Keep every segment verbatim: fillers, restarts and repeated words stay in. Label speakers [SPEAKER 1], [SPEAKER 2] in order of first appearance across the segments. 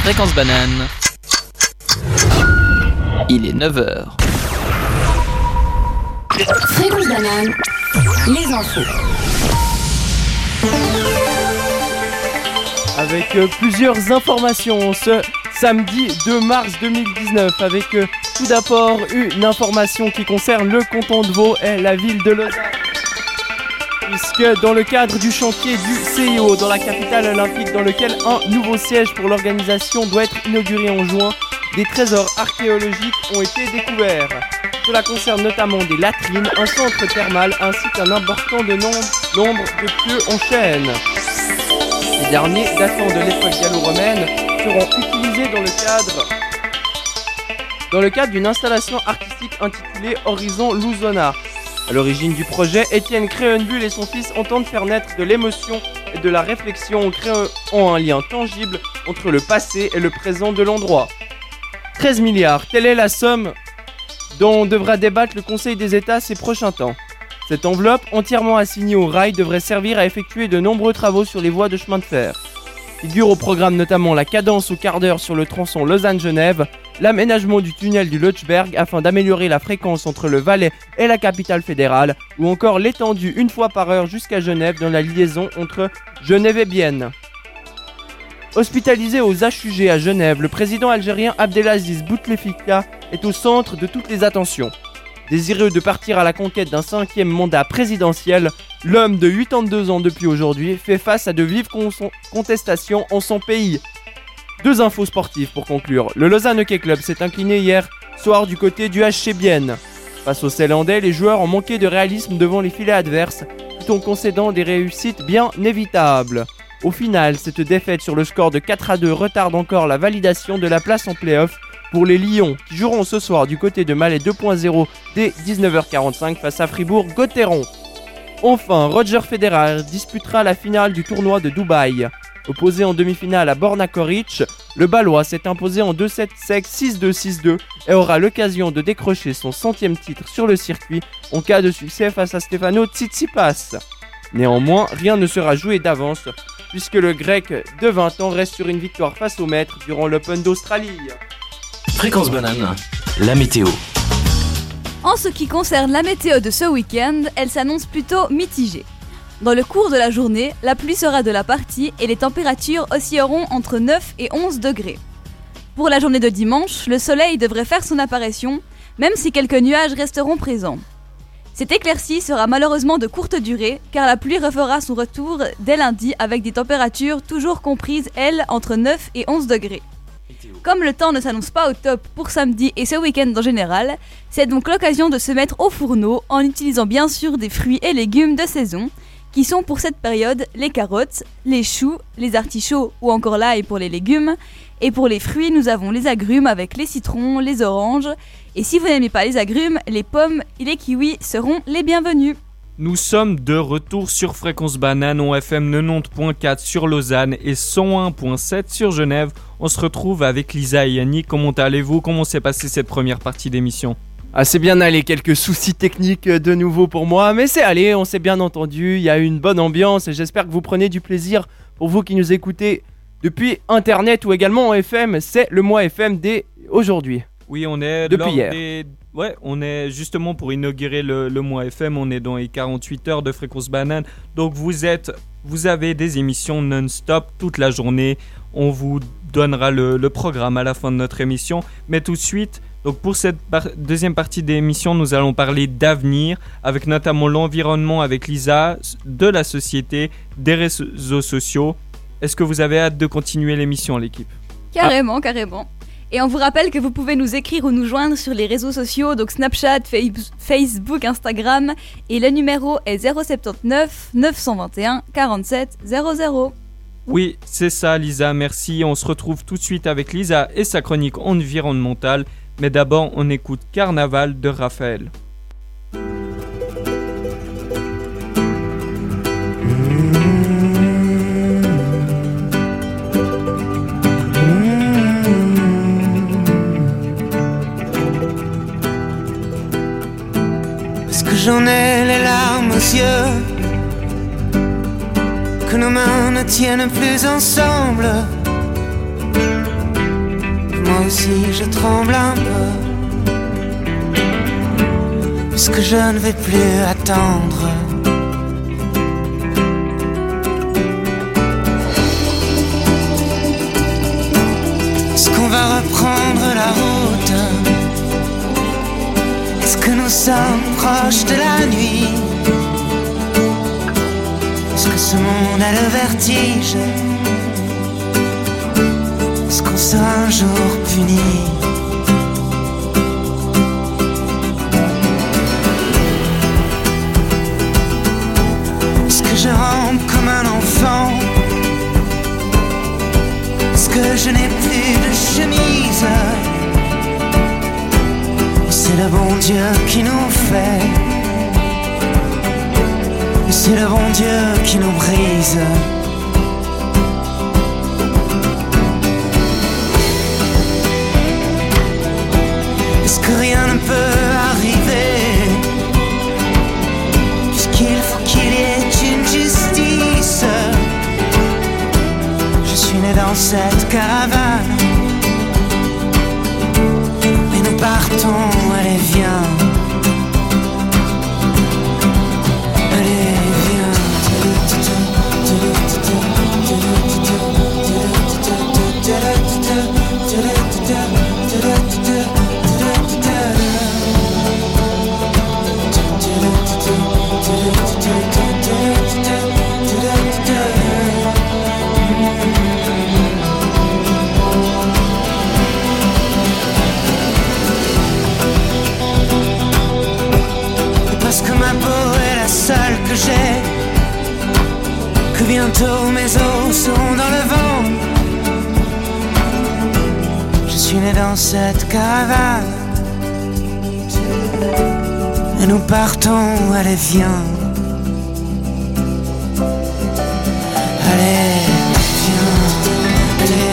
[SPEAKER 1] Fréquence Banane. Il est neuf heures.
[SPEAKER 2] Fréquence Banane, les infos.
[SPEAKER 3] Avec euh, plusieurs informations ce samedi deux mars deux mille dix-neuf, avec euh, tout d'abord une information qui concerne le canton de Vaud et la ville de Lausanne. Puisque dans le cadre du chantier du C I O dans la capitale olympique, dans lequel un nouveau siège pour l'organisation doit être inauguré en juin, des trésors archéologiques ont été découverts. Cela concerne notamment des latrines, un centre thermal ainsi qu'un important de nombre, nombre de pieux en chêne. Ces derniers, datant de l'époque gallo-romaine, seront utilisés dans le cadre dans le cadre d'une installation artistique intitulée Horizon Luzona. À l'origine du projet, Étienne Créhenbuhl et son fils entendent faire naître de l'émotion et de la réflexion en créant un lien tangible entre le passé et le présent de l'endroit. treize milliards, telle est la somme dont devra débattre le Conseil des États ces prochains temps. Cette enveloppe, entièrement assignée au rail, devrait servir à effectuer de nombreux travaux sur les voies de chemin de fer. Figure au programme notamment la cadence au quart d'heure sur le tronçon Lausanne-Genève, l'aménagement du tunnel du Lötschberg afin d'améliorer la fréquence entre le Valais et la capitale fédérale, ou encore l'étendue une fois par heure jusqu'à Genève dans la liaison entre Genève et Bienne. Hospitalisé aux H U G à Genève, le président algérien Abdelaziz Bouteflika est au centre de toutes les attentions. Désireux de partir à la conquête d'un cinquième mandat présidentiel, l'homme de quatre-vingt-deux ans depuis aujourd'hui fait face à de vives con- contestations en son pays. Deux infos sportives pour conclure. Le Lausanne Hockey Club s'est incliné hier soir du côté du H C Bienne. Face aux Célandais, les joueurs ont manqué de réalisme devant les filets adverses, tout en concédant des réussites bien évitables. Au final, cette défaite sur le score de quatre à deux retarde encore la validation de la place en play-off pour les Lions, qui joueront ce soir du côté de Malais deux point zéro dès dix-neuf heures quarante-cinq face à Fribourg-Gotteron. Enfin, Roger Federer disputera la finale du tournoi de Dubaï. Opposé en demi-finale à Borna Koric, le Balois s'est imposé en deux sept secs, six deux, six deux et aura l'occasion de décrocher son centième titre sur le circuit en cas de succès face à Stefano Tsitsipas. Néanmoins, rien ne sera joué d'avance, puisque le Grec de vingt ans reste sur une victoire face au maître durant l'Open d'Australie.
[SPEAKER 1] Fréquence Banane, la météo.
[SPEAKER 4] En ce qui concerne la météo de ce week-end, elle s'annonce plutôt mitigée. Dans le cours de la journée, la pluie sera de la partie et les températures oscilleront entre neuf et onze degrés. Pour la journée de dimanche, le soleil devrait faire son apparition, même si quelques nuages resteront présents. Cette éclaircie sera malheureusement de courte durée, car la pluie refera son retour dès lundi avec des températures toujours comprises, elles, entre neuf et onze degrés. Comme le temps ne s'annonce pas au top pour samedi et ce week-end en général, c'est donc l'occasion de se mettre au fourneau en utilisant bien sûr des fruits et légumes de saison, qui sont pour cette période les carottes, les choux, les artichauts ou encore l'ail pour les légumes. Et pour les fruits, nous avons les agrumes avec les citrons, les oranges. Et si vous n'aimez pas les agrumes, les pommes et les kiwis seront les bienvenus.
[SPEAKER 5] Nous sommes de retour sur Fréquence Banane en F M quatre-vingt-dix point quatre sur Lausanne et cent un point sept sur Genève. On se retrouve avec Lisa et Yannick. Comment allez-vous ? Comment s'est passée cette première partie d'émission ?
[SPEAKER 3] Ah, c'est bien allé, quelques soucis techniques de nouveau pour moi, mais c'est allé, on s'est bien entendu, il y a eu une bonne ambiance et j'espère que vous prenez du plaisir. Pour vous qui nous écoutez depuis internet ou également en F M, c'est le mois F M dès aujourd'hui.
[SPEAKER 5] Oui, on est
[SPEAKER 3] depuis hier.
[SPEAKER 5] Des... Ouais, on est justement pour inaugurer le, le mois F M, on est dans les quarante-huit heures de Fréquence Banane. Donc vous êtes, vous avez des émissions non-stop toute la journée. On vous donnera le, le programme à la fin de notre émission, mais tout de suite. Donc pour cette par- deuxième partie de l'émission, nous allons parler d'avenir, avec notamment l'environnement avec Lisa, de la société, des réseaux sociaux. Est-ce que vous avez hâte de continuer l'émission, l'équipe ?
[SPEAKER 4] Carrément, ah. carrément. Et on vous rappelle que vous pouvez nous écrire ou nous joindre sur les réseaux sociaux, donc Snapchat, Facebook, Instagram, et le numéro est zéro sept neuf neuf cent vingt et un quarante-sept zéro zéro.
[SPEAKER 5] Oui, c'est ça Lisa, merci. On se retrouve tout de suite avec Lisa et sa chronique environnementale. Mais d'abord, on écoute Carnaval de Raphaël.
[SPEAKER 6] Parce que j'en ai les larmes aux yeux, que nos mains ne tiennent plus ensemble. aussi je tremble un peu, puisque je ne vais plus attendre. Est-ce qu'on va reprendre la route? Est-ce que nous sommes proches de la nuit? Est-ce que ce monde a le vertige? Est-ce qu'on sera un jour puni? Est-ce que je rampe comme un enfant? Est-ce que je n'ai plus de chemise? C'est le bon Dieu qui nous fait, c'est le bon Dieu qui nous brise. Est-ce que rien ne peut arriver, puisqu'il faut qu'il y ait une justice? Je suis né dans cette caravane, et nous partons, allez viens. Parce que ma peau est la seule que j'ai, que bientôt mes os seront dans le vent. Je suis né dans cette caravane, et nous partons, allez viens. Allez, viens, allez.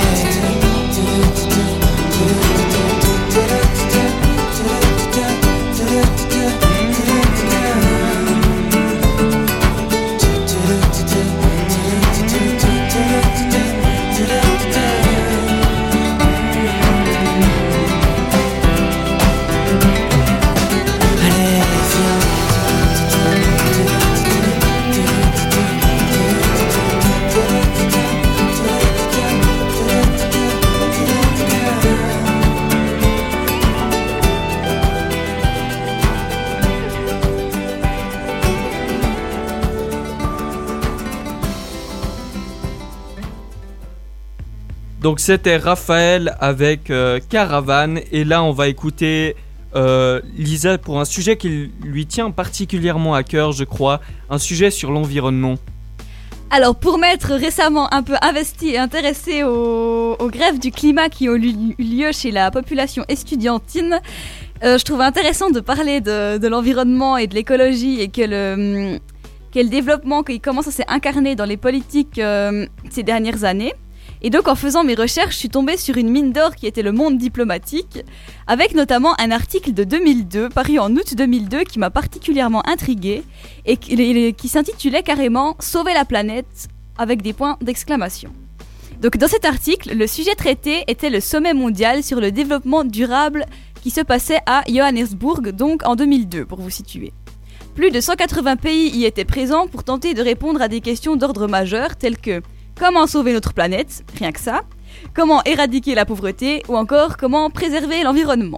[SPEAKER 5] Donc c'était Raphaël avec euh, Caravane, et là on va écouter euh, Lisa pour un sujet qui lui tient particulièrement à cœur, je crois, un sujet sur l'environnement.
[SPEAKER 4] Alors pour m'être récemment un peu investie et intéressée aux, aux grèves du climat qui ont eu lieu chez la population estudiantine, euh, je trouve intéressant de parler de, de l'environnement et de l'écologie, et que le, que le développement qui commence à s'incarner dans les politiques euh, ces dernières années. Et donc en faisant mes recherches, je suis tombée sur une mine d'or qui était le Monde diplomatique, avec notamment un article de deux mille deux, paru en août deux mille deux, qui m'a particulièrement intriguée, et qui, qui s'intitulait carrément « Sauver la planète » avec des points d'exclamation. Donc dans cet article, le sujet traité était le sommet mondial sur le développement durable qui se passait à Johannesburg, donc en deux mille deux, pour vous situer. Plus de cent quatre-vingts pays y étaient présents pour tenter de répondre à des questions d'ordre majeur telles que comment sauver notre planète, rien que ça, comment éradiquer la pauvreté, ou encore comment préserver l'environnement.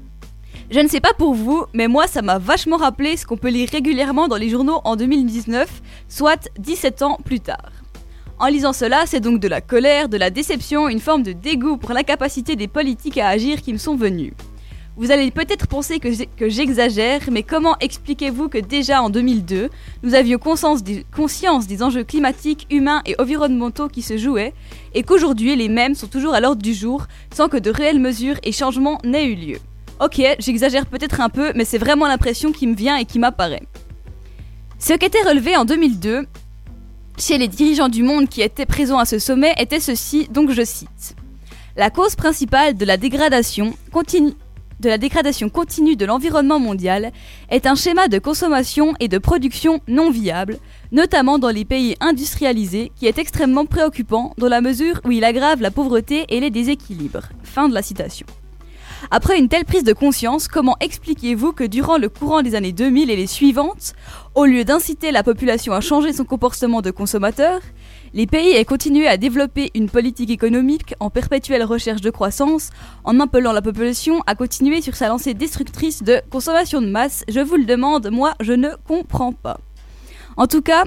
[SPEAKER 4] Je ne sais pas pour vous, mais moi ça m'a vachement rappelé ce qu'on peut lire régulièrement dans les journaux en deux mille dix-neuf, soit dix-sept ans plus tard. En lisant cela, c'est donc de la colère, de la déception, une forme de dégoût pour l'incapacité des politiques à agir qui me sont venues. Vous allez peut-être penser que, que j'exagère, mais comment expliquez-vous que déjà en deux mille deux, nous avions conscience des, conscience des enjeux climatiques, humains et environnementaux qui se jouaient, et qu'aujourd'hui les mêmes sont toujours à l'ordre du jour, sans que de réelles mesures et changements n'aient eu lieu? Ok, j'exagère peut-être un peu, mais c'est vraiment l'impression qui me vient et qui m'apparaît. Ce qui était relevé en deux mille deux, chez les dirigeants du monde qui étaient présents à ce sommet, était ceci, donc je cite. La cause principale de la dégradation continue... de la dégradation continue de l'environnement mondial est un schéma de consommation et de production non viable, notamment dans les pays industrialisés, qui est extrêmement préoccupant dans la mesure où il aggrave la pauvreté et les déséquilibres. Fin de la citation. Après une telle prise de conscience, comment expliquez-vous que durant le courant des années deux mille et les suivantes, au lieu d'inciter la population à changer son comportement de consommateur, les pays aient continué à développer une politique économique en perpétuelle recherche de croissance, en appelant la population à continuer sur sa lancée destructrice de consommation de masse? Je vous le demande, moi je ne comprends pas. En tout cas,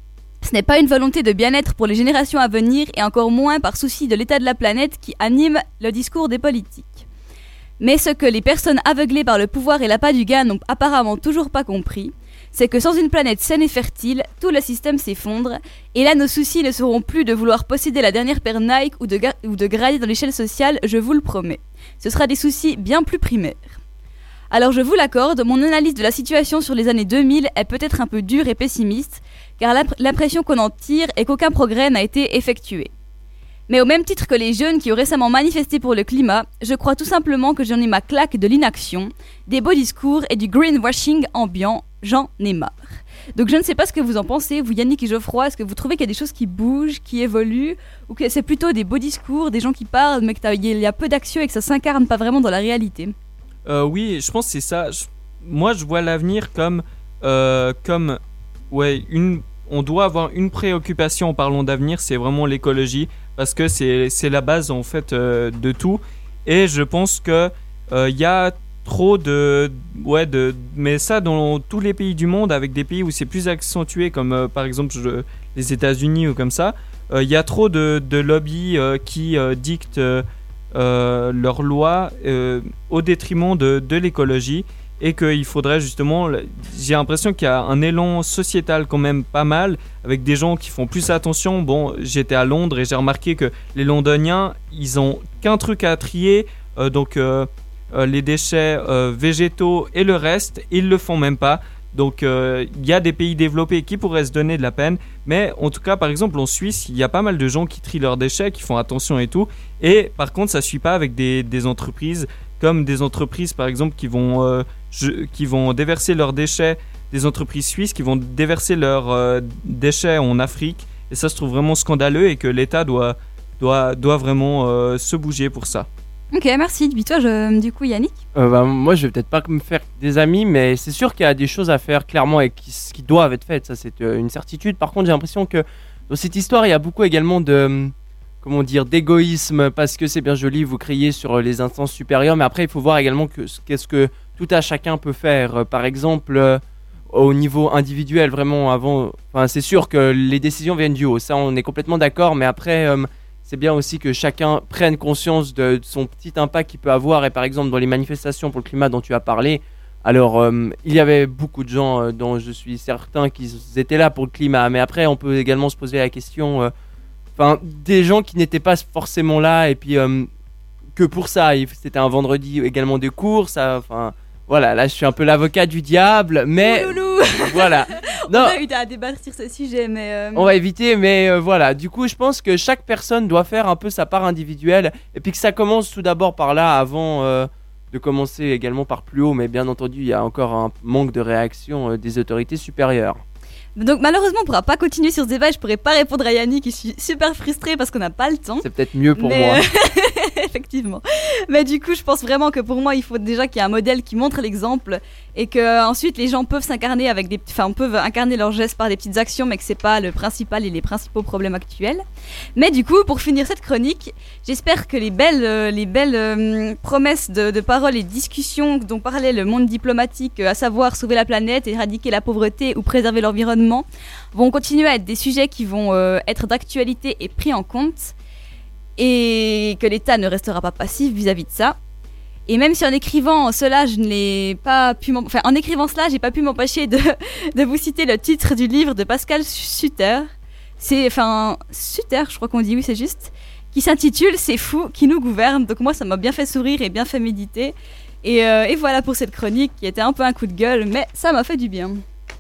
[SPEAKER 4] ce n'est pas une volonté de bien-être pour les générations à venir et encore moins par souci de l'état de la planète qui anime le discours des politiques. Mais ce que les personnes aveuglées par le pouvoir et l'appât du gain n'ont apparemment toujours pas compris, c'est que sans une planète saine et fertile, tout le système s'effondre, et là nos soucis ne seront plus de vouloir posséder la dernière paire Nike ou de, ga- ou de grader dans l'échelle sociale, je vous le promets. Ce sera des soucis bien plus primaires. Alors je vous l'accorde, mon analyse de la situation sur les années deux mille est peut-être un peu dure et pessimiste, car l'imp- l'impression qu'on en tire est qu'aucun progrès n'a été effectué. Mais au même titre que les jeunes qui ont récemment manifesté pour le climat, je crois tout simplement que j'en ai ma claque de l'inaction, des beaux discours et du greenwashing ambiant, j'en ai marre. Donc je ne sais pas ce que vous en pensez, vous Yannick et Geoffroy, est-ce que vous trouvez qu'il y a des choses qui bougent, qui évoluent, ou que c'est plutôt des beaux discours, des gens qui parlent, mais qu'il y a peu d'action et que ça s'incarne pas vraiment dans la réalité?
[SPEAKER 5] Euh, oui, je pense que c'est ça. Je- moi, je vois l'avenir comme, euh, comme, ouais, une. On doit avoir une préoccupation en parlant d'avenir, c'est vraiment l'écologie, parce que c'est c'est la base en fait euh, de tout. Et je pense que euh, il y a trop de, ouais, de, mais ça dans tous les pays du monde, avec des pays où c'est plus accentué, comme euh, par exemple je- les États-Unis ou comme ça. Il y a trop de, de lobbies euh, qui euh, dictent euh, euh, leurs lois euh, au détriment de, de l'écologie, et qu'il faudrait justement, j'ai l'impression qu'il y a un élan sociétal quand même pas mal, avec des gens qui font plus attention. Bon, j'étais à Londres et j'ai remarqué que les Londoniens, ils ont qu'un truc à trier, euh, donc euh, euh, les déchets euh, végétaux et le reste, ils le font même pas. Donc il euh, y a des pays développés qui pourraient se donner de la peine, mais en tout cas par exemple en Suisse il y a pas mal de gens qui trient leurs déchets, qui font attention et tout, et par contre ça suit pas avec des, des entreprises comme des entreprises par exemple qui vont, euh, je, qui vont déverser leurs déchets, des entreprises suisses qui vont déverser leurs euh, déchets en Afrique, et ça se trouve vraiment scandaleux et que l'État doit, doit, doit vraiment euh, se bouger pour ça.
[SPEAKER 4] Ok, merci. Puis toi, je... du coup, Yannick?
[SPEAKER 3] Euh, bah, moi, je vais peut-être pas me faire des amis, mais c'est sûr qu'il y a des choses à faire clairement et qui, qui doivent être faites. Ça, c'est euh, une certitude. Par contre, j'ai l'impression que dans cette histoire, il y a beaucoup également de, comment dire, d'égoïsme, parce que c'est bien joli, vous criez sur les instances supérieures, mais après, il faut voir également que, qu'est-ce que tout à chacun peut faire. Euh, par exemple, euh, au niveau individuel, vraiment, avant, enfin, c'est sûr que les décisions viennent du haut. Ça, on est complètement d'accord, mais après. Euh, C'est bien aussi que chacun prenne conscience de, de son petit impact qu'il peut avoir. Et par exemple, dans les manifestations pour le climat dont tu as parlé, alors euh, il y avait beaucoup de gens euh, dont je suis certain qu'ils étaient là pour le climat. Mais après, on peut également se poser la question, enfin, euh, des gens qui n'étaient pas forcément là et puis euh, que pour ça. C'était un vendredi également de cours. Enfin, voilà, là je suis un peu l'avocat du diable, mais
[SPEAKER 4] Ouloulou.
[SPEAKER 3] voilà.
[SPEAKER 4] Non. On a eu à débattre sur ce sujet, mais... Euh...
[SPEAKER 3] On va éviter, mais euh, voilà. Du coup, je pense que chaque personne doit faire un peu sa part individuelle, et puis que ça commence tout d'abord par là, avant euh, de commencer également par plus haut. Mais bien entendu, il y a encore un manque de réaction euh, des autorités supérieures.
[SPEAKER 4] Donc malheureusement, on ne pourra pas continuer sur ce débat. Je ne pourrai pas répondre à Yannick, je suis super frustrée parce qu'on n'a pas le temps.
[SPEAKER 3] C'est peut-être mieux pour
[SPEAKER 4] mais...
[SPEAKER 3] moi.
[SPEAKER 4] Effectivement. Mais du coup, je pense vraiment que pour moi, il faut déjà qu'il y ait un modèle qui montre l'exemple et que ensuite les gens peuvent s'incarner avec des, enfin, peuvent incarner leurs gestes par des petites actions, mais que c'est pas le principal et les principaux problèmes actuels. Mais du coup, pour finir cette chronique, j'espère que les belles, euh, les belles euh, promesses de, de paroles et discussions dont parlait le monde diplomatique, à savoir sauver la planète, éradiquer la pauvreté ou préserver l'environnement, vont continuer à être des sujets qui vont euh, être d'actualité et pris en compte. Et que l'État ne restera pas passif vis-à-vis de ça. Et même si en écrivant cela, je n'ai pas pu enfin, en écrivant cela, j'ai pas pu m'empêcher de, de vous citer le titre du livre de Pascal Sutter. C'est, enfin, Sutter, je crois qu'on dit, oui, c'est juste, qui s'intitule « C'est fou qui nous gouverne ». Donc moi, ça m'a bien fait sourire et bien fait méditer. Et, euh, et voilà pour cette chronique qui était un peu un coup de gueule, mais ça m'a fait du bien.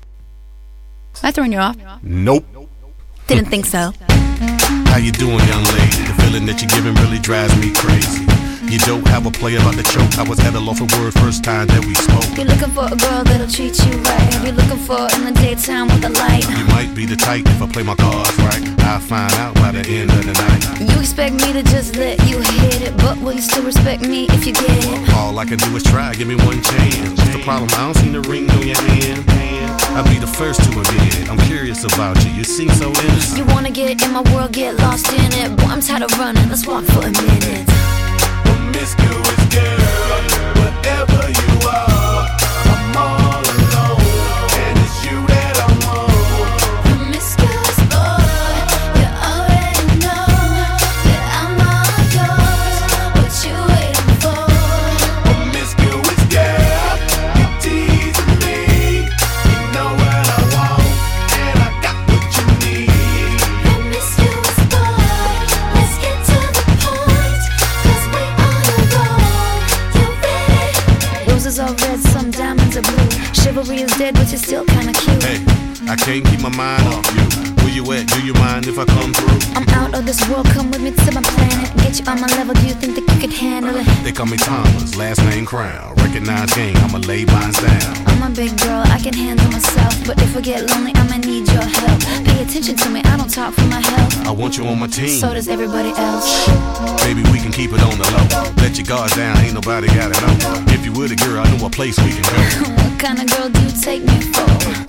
[SPEAKER 2] Am I throwing you off?
[SPEAKER 7] Nope.
[SPEAKER 2] Didn't think so.
[SPEAKER 7] How you doing, young lady? The feeling that you're giving really drives me crazy. You don't have a play about the choke. I was at a loss for word first time that we spoke.
[SPEAKER 2] You're looking for a girl that'll treat you right. You're looking for in the daytime with the light.
[SPEAKER 7] You might be the type if I play my cards right. I'll find out by the end of the night.
[SPEAKER 2] You expect me to just let you hit it, but will you still respect me if you get it?
[SPEAKER 7] All I can do is try, give me one chance. What's the problem? I don't see the ring on your hand. I'll be the first to admit, I'm curious about you, you seem so innocent.
[SPEAKER 2] You wanna get in my world, get lost in it. Boy, I'm tired of running, let's walk for a minute.
[SPEAKER 7] Promiscuous girl, whatever you are, I'm all alone, and it's you that I want.
[SPEAKER 2] Promiscuous boy, you already know that I'm all yours. What you waiting for?
[SPEAKER 7] Promiscuous girl, you teasing me. You know what I want, and I got what you need.
[SPEAKER 2] Promiscuous boy, let's get to the point, 'cause we on a roll. You ready? Roses are red, some diamonds are blue. Chivalry is dead, but you're still kinda cute.
[SPEAKER 7] Hey, I can't keep my mind off you. Where you at? Do you mind if I come through?
[SPEAKER 2] I'm out of this world, come with me to my planet. Get you on my level, do you think that you could handle it?
[SPEAKER 7] They call me Thomas, last name Crown. Recognize gang, I'ma lay mine down.
[SPEAKER 2] I'm a big girl, I can handle myself. But if I get lonely, I'ma need your help. Pay attention to me, I don't talk for my health.
[SPEAKER 7] I want you on my team.
[SPEAKER 2] So does everybody else.
[SPEAKER 7] Baby, we can keep it on the low. Let your guard down, ain't nobody gotta know. If you were the girl, I know a place we can go.
[SPEAKER 2] What kind of girl do you take me for?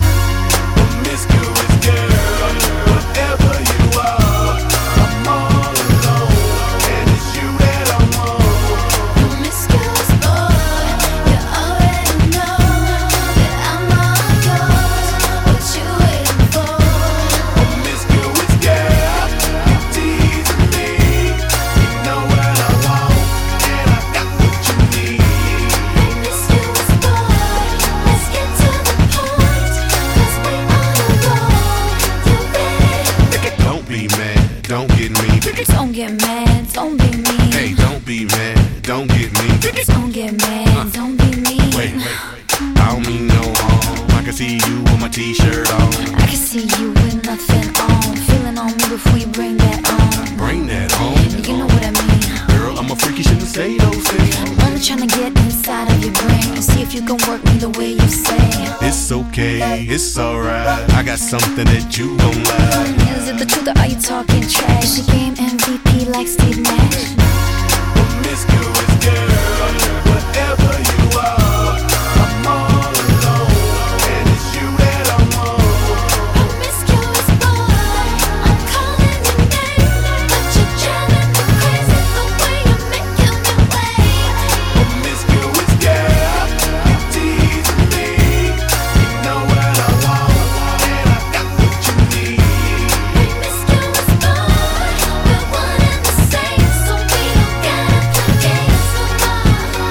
[SPEAKER 7] Promiscuous girl, whatever you are, I'm all alone, and it's you that I want.
[SPEAKER 2] Promiscuous boy, you already know that I'm all yours. What you waiting for?
[SPEAKER 7] Promiscuous girl, you teasing me. You know what I want, and I got what you need.
[SPEAKER 2] Promiscuous boy, let's get to the point, 'cause we on a roll. You ready?
[SPEAKER 7] Don't be mad, don't get me.
[SPEAKER 2] Don't get mad, don't be mean.
[SPEAKER 7] Hey, don't be mad, don't get me.
[SPEAKER 2] Don't get mad, don't be mean.
[SPEAKER 7] Wait, wait, I don't mean no harm. I can see you with my t-shirt on.
[SPEAKER 2] I can see you with nothing on. Feeling on me before you bring that on.
[SPEAKER 7] Bring that home.
[SPEAKER 2] You know what I mean.
[SPEAKER 7] Girl, I'm a freak, you shouldn't say those things.
[SPEAKER 2] I'm only trying to get inside of your brain and see if you can work me the way you say.
[SPEAKER 7] It's okay, it's alright. I got something that you gon' like.
[SPEAKER 2] Is it the truth or are you talking trash? Is your game M V P like Steve Nash?
[SPEAKER 7] Promiscuous girl, whatever you are, I'm all alone, and it's you that I want.
[SPEAKER 2] Promiscuous boy, I'm calling your name, but you're driving me crazy the way you're making me wait.
[SPEAKER 7] Promiscuous girl, you teasing me. You know what I want, and I got what you need.
[SPEAKER 2] Promiscuous boy, we're one and the same, so we don't gotta play games no more.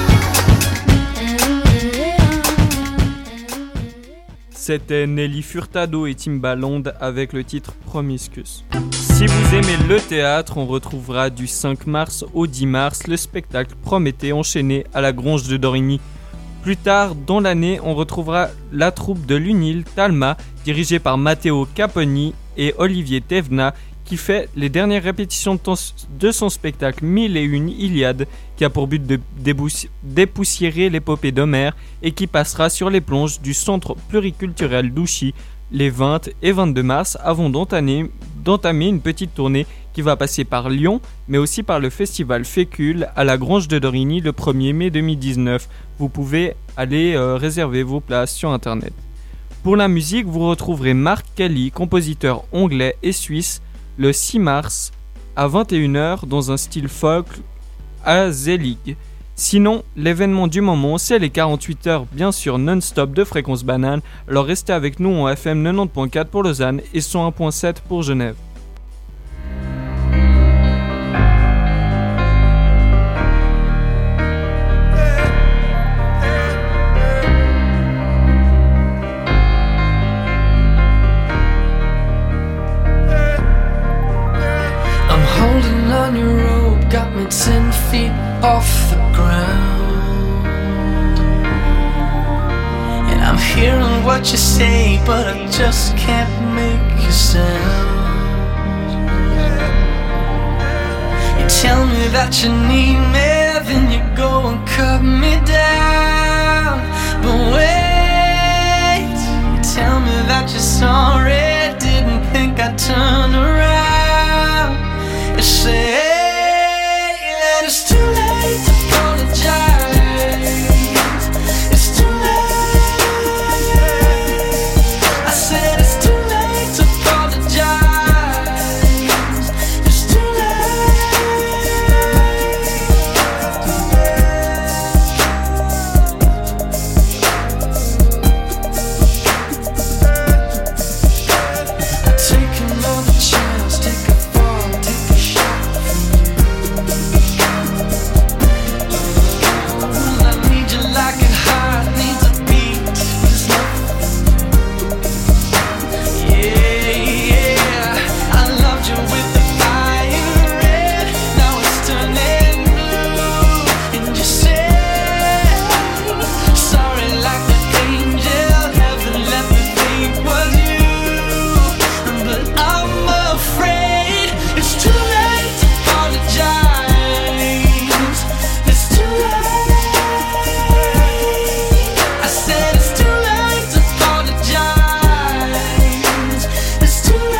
[SPEAKER 5] C'était Nelly Furtado et Timbaland avec le titre Promiscuous. Si vous aimez le théâtre, on retrouvera du cinq mars au dix mars le spectacle Prométhée enchaîné à la Grange de Dorigny. Plus tard dans l'année, on retrouvera la troupe de l'Unil Talma, dirigée par Matteo Caponi et Olivier Thévenat, qui fait les dernières répétitions de, ton- de son spectacle Mille et une Iliades, qui a pour but de débous- dépoussiérer l'épopée d'Homère et qui passera sur les planches du Centre pluriculturel d'Ouchy les vingt et vingt-deux mars, avant d'entamer, d'entamer une petite tournée qui va passer par Lyon, mais aussi par le festival Fécule à la Grange de Dorigny le premier mai deux mille dix-neuf. Vous pouvez aller euh, réserver vos places sur internet. Pour la musique, vous retrouverez Mark Kelly, compositeur anglais et suisse, le six mars à vingt et une heures dans un style folk à Zelig. Sinon, l'événement du moment, c'est les quarante-huit heures bien sûr non-stop de Fréquence Banane, alors restez avec nous en F M quatre-vingt-dix point quatre pour Lausanne et cent un point sept pour Genève.
[SPEAKER 6] On your rope, got me ten feet off the ground. And I'm hearing what you say, but I just can't make a sound. You tell me that you need me, then you go and cut me down. But wait, you tell me that you're sorry. Didn't think I'd turn around and say that it's too late to apologize. It's too late. I said it's too late to apologize. It's too take another chance, take a fall, take a shot from you. Well, I need you like it hot, needs a beat. There's nothing. Yeah, yeah. I loved you with the fire red. Now it's turning blue. And you say sorry like an angel. Heaven let me think was you. But I'm afraid it's too late to apologize. It's too late. I said it's too late to apologize. It's too late.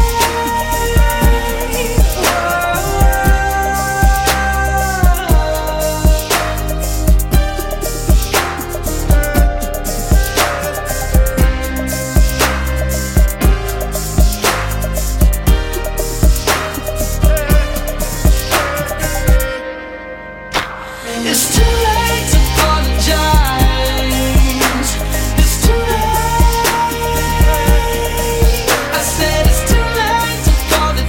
[SPEAKER 6] It's too late to apologize. It's too late. I said it's too late to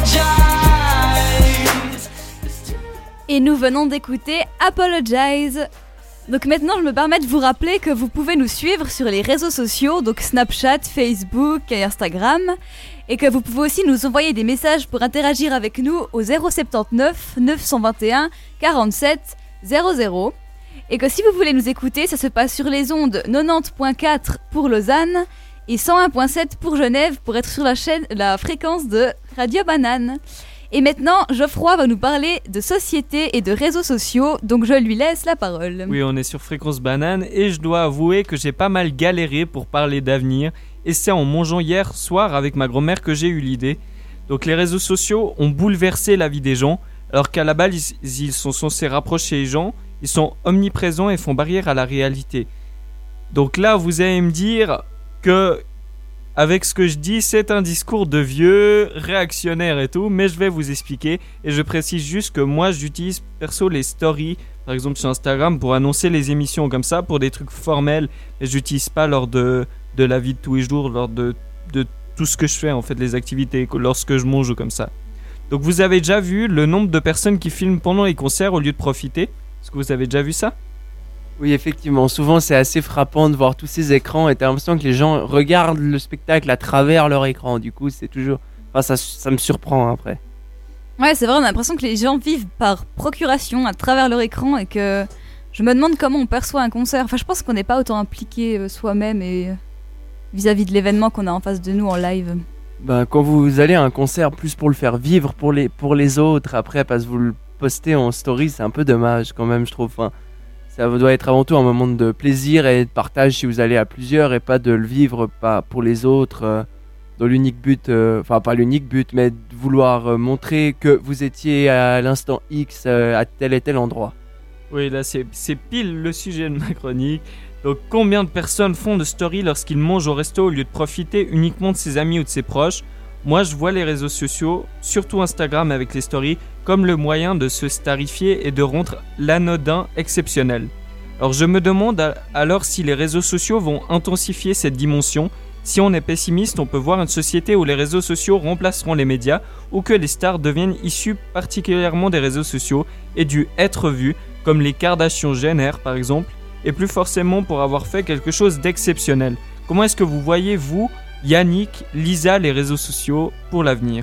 [SPEAKER 6] apologize. It's too late.
[SPEAKER 4] Et nous venons d'écouter Apologize. Donc maintenant, je me permets de vous rappeler que vous pouvez nous suivre sur les réseaux sociaux, donc Snapchat, Facebook et Instagram, et que vous pouvez aussi nous envoyer des messages pour interagir avec nous au zéro soixante-dix-neuf neuf cent vingt et un quarante-sept zéro zéro. Et que si vous voulez nous écouter, ça se passe sur les ondes quatre-vingt-dix point quatre pour Lausanne et cent un point sept pour Genève pour être sur la chaîne, la fréquence de Radio Banane. Et maintenant, Geoffroy va nous parler de société et de réseaux sociaux, donc je lui laisse la parole.
[SPEAKER 5] Oui, on est sur Fréquence Banane et je dois avouer que j'ai pas mal galéré pour parler d'avenir. Et c'est en mangeant hier soir avec ma grand-mère que j'ai eu l'idée. Donc les réseaux sociaux ont bouleversé la vie des gens, alors qu'à la base ils, ils sont censés rapprocher les gens, ils sont omniprésents et font barrière à la réalité. Donc là, vous allez me dire que, avec ce que je dis, c'est un discours de vieux, réactionnaire et tout, mais je vais vous expliquer. Et je précise juste que moi, j'utilise perso les stories, par exemple sur Instagram, pour annoncer les émissions comme ça, pour des trucs formels. Et j'utilise pas lors de, de la vie de tous les jours, lors de, de tout ce que je fais, en fait, les activités, lorsque je mange ou comme ça. Donc vous avez déjà vu le nombre de personnes qui filment pendant les concerts au lieu de profiter? Est-ce que vous avez déjà vu ça?
[SPEAKER 3] Oui, effectivement. Souvent, c'est assez frappant de voir tous ces écrans et t'as l'impression que les gens regardent le spectacle à travers leur écran. Du coup, c'est toujours... Enfin, ça, ça me surprend après.
[SPEAKER 4] Ouais, c'est vrai, on a l'impression que les gens vivent par procuration à travers leur écran et que je me demande comment on perçoit un concert. Enfin, je pense qu'on n'est pas autant impliqué euh, soi-même et euh, vis-à-vis de l'événement qu'on a en face de nous en live.
[SPEAKER 3] Ben, quand vous allez à un concert, plus pour le faire vivre pour les, pour les autres, après, parce que vous le postez en story, c'est un peu dommage quand même, je trouve. Enfin, ça doit être avant tout un moment de plaisir et de partage si vous allez à plusieurs et pas de le vivre pas pour les autres euh, dans l'unique but, euh, enfin pas l'unique but, mais de vouloir euh, montrer que vous étiez à l'instant X euh, à tel et tel endroit.
[SPEAKER 5] Oui, là, c'est, c'est pile le sujet de ma chronique. Donc, combien de personnes font de story lorsqu'ils mangent au resto au lieu de profiter uniquement de ses amis ou de ses proches? Moi, je vois les réseaux sociaux, surtout Instagram avec les stories, comme le moyen de se starifier et de rendre l'anodin exceptionnel. Alors, je me demande alors si les réseaux sociaux vont intensifier cette dimension. Si on est pessimiste, on peut voir une société où les réseaux sociaux remplaceront les médias ou que les stars deviennent issues particulièrement des réseaux sociaux et du être vu, comme les Kardashian-Jenner par exemple, et plus forcément pour avoir fait quelque chose d'exceptionnel. Comment est-ce que vous voyez, vous, Yannick, Lisa, les réseaux sociaux pour l'avenir?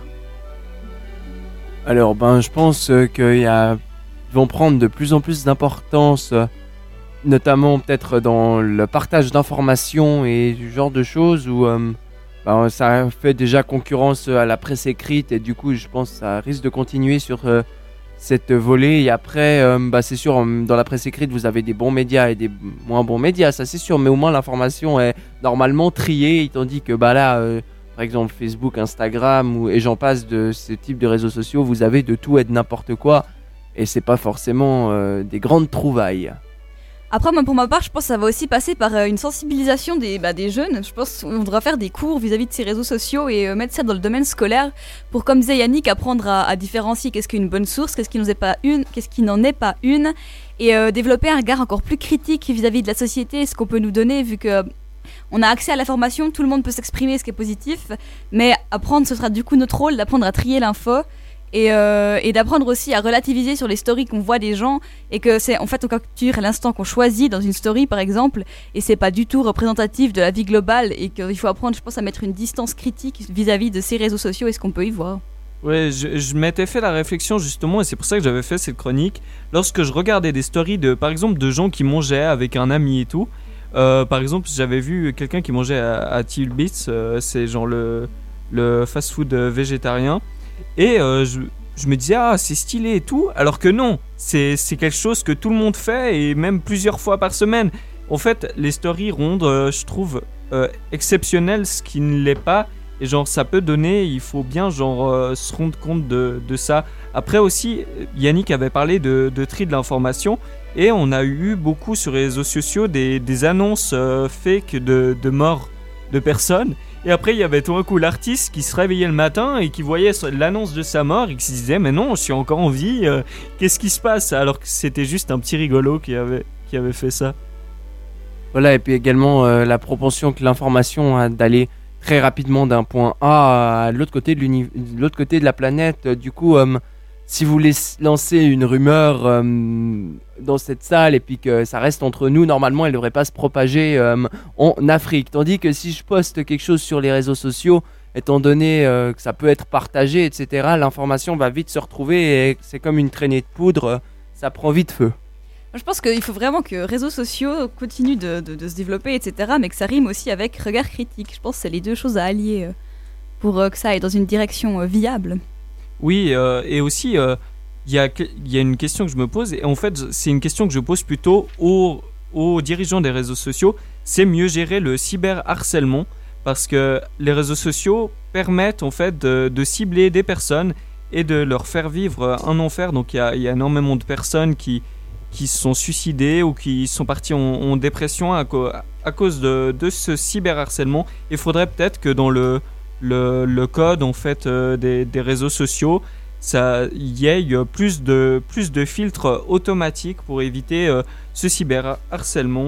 [SPEAKER 3] Alors, ben, je pense euh, qu'ils y a... vont prendre de plus en plus d'importance, euh, notamment peut-être dans le partage d'informations et ce genre de choses où euh, ben, ça fait déjà concurrence à la presse écrite et du coup, je pense que ça risque de continuer sur euh, cette volée. Et après, euh, bah, c'est sûr, euh, dans la presse écrite, vous avez des bons médias et des moins bons médias, ça c'est sûr, mais au moins l'information est normalement triée, tandis que bah, là, euh, par exemple, Facebook, Instagram, ou, et j'en passe de ce type de réseaux sociaux, vous avez de tout et de n'importe quoi, et c'est pas forcément euh, des grandes trouvailles.
[SPEAKER 4] Après, moi, pour ma part, je pense que ça va aussi passer par euh, une sensibilisation des, bah, des jeunes. Je pense qu'on devra faire des cours vis-à-vis de ces réseaux sociaux et euh, mettre ça dans le domaine scolaire pour, comme disait Yannick, apprendre à, à différencier qu'est-ce qu'une bonne source, qu'est-ce qui n'en est pas une, qu'est-ce qui n'en est pas une, et euh, développer un regard encore plus critique vis-à-vis de la société et ce qu'on peut nous donner, vu que euh, on a accès à l'information, tout le monde peut s'exprimer, ce qui est positif, mais apprendre, ce sera du coup notre rôle d'apprendre à trier l'info. Et, euh, et d'apprendre aussi à relativiser sur les stories qu'on voit des gens et que c'est en fait on capture l'instant qu'on choisit dans une story par exemple et c'est pas du tout représentatif de la vie globale et qu'il faut apprendre je pense à mettre une distance critique vis-à-vis de ces réseaux sociaux et ce qu'on peut y voir.
[SPEAKER 5] Ouais, je, je m'étais fait la réflexion justement et c'est pour ça que j'avais fait cette chronique lorsque je regardais des stories de par exemple de gens qui mangeaient avec un ami et tout. Euh, par exemple j'avais vu quelqu'un qui mangeait à, à Tilbits, euh, c'est genre le, le fast-food végétarien. Et euh, je, je me disais, ah, c'est stylé et tout, alors que non, c'est, c'est quelque chose que tout le monde fait et même plusieurs fois par semaine. En fait, les stories rondes, euh, je trouve euh, exceptionnelles, ce qui ne l'est pas. Et genre, ça peut donner, il faut bien genre euh, se rendre compte de, de ça. Après aussi, Yannick avait parlé de, de tri de l'information. Et on a eu beaucoup sur les réseaux sociaux des, des annonces euh, fake de, de morts de personnes. Et après, il y avait tout un coup l'artiste qui se réveillait le matin et qui voyait l'annonce de sa mort et qui se disait « Mais non, je suis encore en vie, euh, qu'est-ce qui se passe ?» Alors que c'était juste un petit rigolo qui avait, qui avait fait ça.
[SPEAKER 3] Voilà, et puis également euh, la propension que l'information a d'aller très rapidement d'un point A à l'autre côté de, l'uni- de l'autre côté de la planète. Du coup, euh, si vous voulez lancer une rumeur euh, dans cette salle et puis que ça reste entre nous, normalement elle ne devrait pas se propager euh, en Afrique. Tandis que si je poste quelque chose sur les réseaux sociaux, étant donné euh, que ça peut être partagé, et cetera, l'information va vite se retrouver et c'est comme une traînée de poudre, ça prend vite feu.
[SPEAKER 4] Je pense qu'il faut vraiment que réseaux sociaux continuent de, de, de se développer, et cetera, mais que ça rime aussi avec regard critique. Je pense que c'est les deux choses à allier euh, pour euh, que ça aille dans une direction euh, viable.
[SPEAKER 5] Oui, euh, et aussi, il euh, y, a, y a une question que je me pose, et en fait, c'est une question que je pose plutôt aux, aux dirigeants des réseaux sociaux, c'est mieux gérer le cyberharcèlement, parce que les réseaux sociaux permettent en fait de, de cibler des personnes et de leur faire vivre un enfer. Donc il y a, y a énormément de personnes qui, qui se sont suicidées ou qui sont parties en, en dépression à, co- à cause de, de ce cyberharcèlement. Il faudrait peut-être que dans le Le, le code en fait euh, des, des réseaux sociaux, ça y ait plus de, plus de filtres automatiques pour éviter euh, ce cyberharcèlement.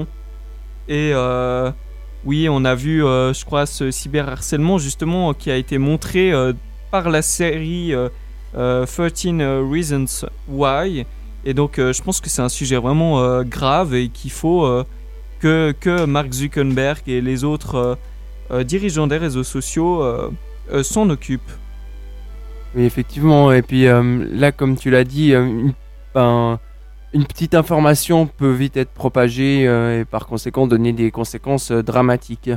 [SPEAKER 5] Et euh, oui, on a vu, euh, je crois, ce cyberharcèlement justement qui a été montré euh, par la série euh, euh, thirteen Reasons Why. Et donc, euh, je pense que c'est un sujet vraiment euh, grave et qu'il faut euh, que, que Mark Zuckerberg et les autres euh, Euh, dirigeants des réseaux sociaux euh, euh, s'en occupent.
[SPEAKER 3] Oui, effectivement. Et puis euh, là, comme tu l'as dit, euh, une, ben, une petite information peut vite être propagée euh, et par conséquent donner des conséquences euh, dramatiques.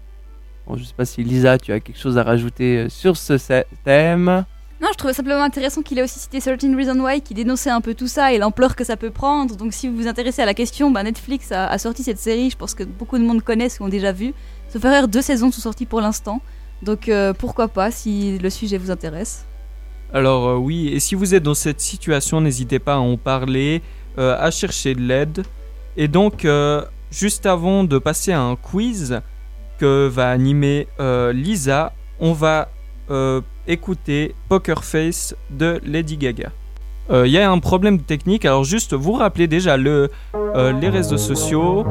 [SPEAKER 3] Bon, je ne sais pas si Lisa, tu as quelque chose à rajouter euh, sur ce thème.
[SPEAKER 4] Non, je trouvais simplement intéressant qu'il ait aussi cité thirteen Reasons Why, qui dénonçait un peu tout ça et l'ampleur que ça peut prendre. Donc si vous vous intéressez à la question, bah, Netflix a, a sorti cette série, je pense que beaucoup de monde connaissent ou ont déjà vu. Sauf erreur, deux saisons sont sorties pour l'instant. Donc euh, pourquoi pas si le sujet vous intéresse.
[SPEAKER 5] Alors euh, oui, et si vous êtes dans cette situation, n'hésitez pas à en parler, euh, à chercher de l'aide. Et donc, euh, juste avant de passer à un quiz que va animer euh, Lisa, on va euh, écouter Poker Face de Lady Gaga. Il euh, y a un problème technique, alors juste vous rappelez déjà le, euh, les réseaux sociaux.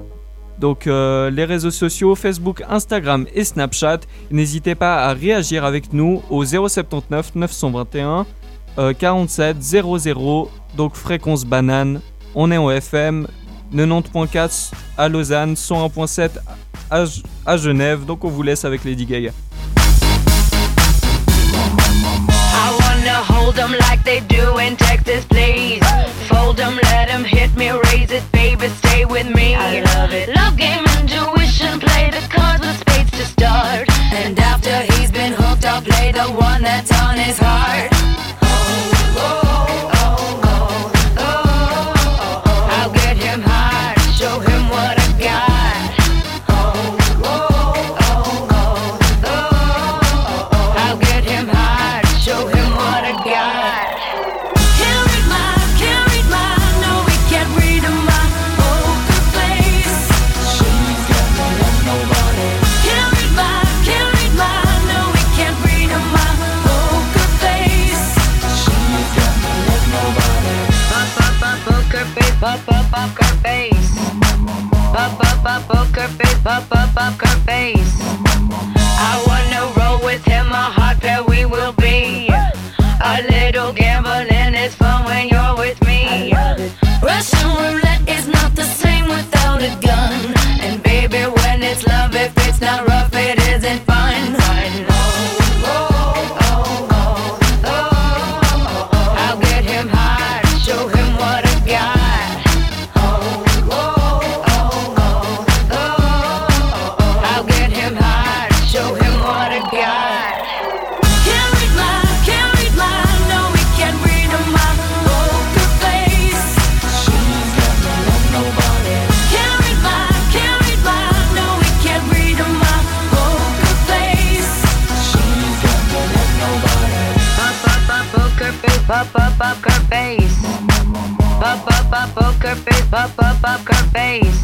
[SPEAKER 5] Donc euh, les réseaux sociaux, Facebook, Instagram et Snapchat. N'hésitez pas à réagir avec nous au zéro sept neuf neuf deux un euh, quarante-sept zéro zéro. Donc fréquence banane. On est en F M quatre-vingt-dix point quatre à Lausanne, cent un point sept à, à Genève. Donc on vous laisse avec Lady Gaga.
[SPEAKER 8] I wanna hold them like they do in Texas, please. Fold them, let them hit me, raise it, baby, stay with me. I love it. Love game, intuition, play the cards with spades to start. And after he's been hooked, I'll play the one that's on his heart. Oh, oh, oh. pop up poker face. Pop up up poker face, pop up poker face. I wanna roll with him, a hot pair we will be. A little gambling is fun when you're with me. Russian roulette is not the same without a gun. And baby, when it's love, if it's not rough, it isn't fun. Fun. Oh, oh, oh, oh, oh, oh. I'll get him high, show him what I got. Oh, oh, oh, oh, oh, oh. I'll get him high, show him what I got. Can't read my, can't read my, no, we can't read my poker face. She's got no love, nobody. Can't read my, can't read my, no, we can't read my poker face. She's got no love, nobody. Pop up up poker face, pop up poker face. Pop up up poker face, pop up poker face.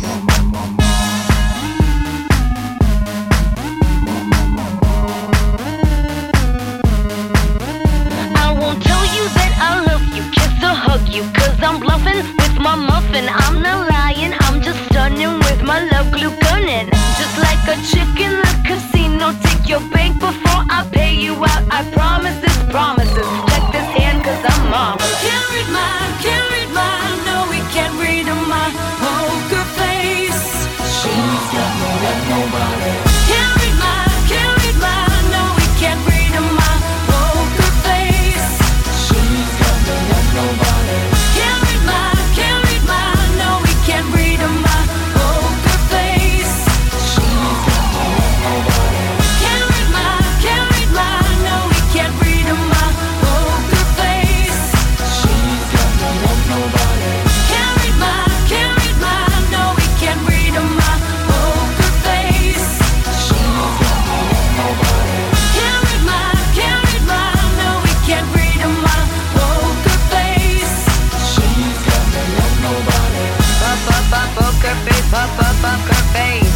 [SPEAKER 8] I won't tell you that I love you, kiss or hug you, cause I'm bluffing with my muffin. I'm not lying, I'm just stunning with my love glue gunning. Just like a chick in the casino, take your bank before I pay you out. I promise this promises, check this hand cause I'm marvelous. Can't read my, can't read my, no we can't read my poker face. She's got no love, nobody. Can't read my, can't read my, no we can't read my poker face. She's got no love, nobody. Can't read my, can't read my, no we can't read my poker face. She's got no love, nobody. Can't read my, can't read my, no we can't read my poker face. She's got no love, nobody. Can't read my, can't read my, no we can't read my poker face. She's got no love, nobody. Can't read my, can't read my, no we can't read my poker face. She's got no love, nobody. Pop up up poker face, pop up poker face.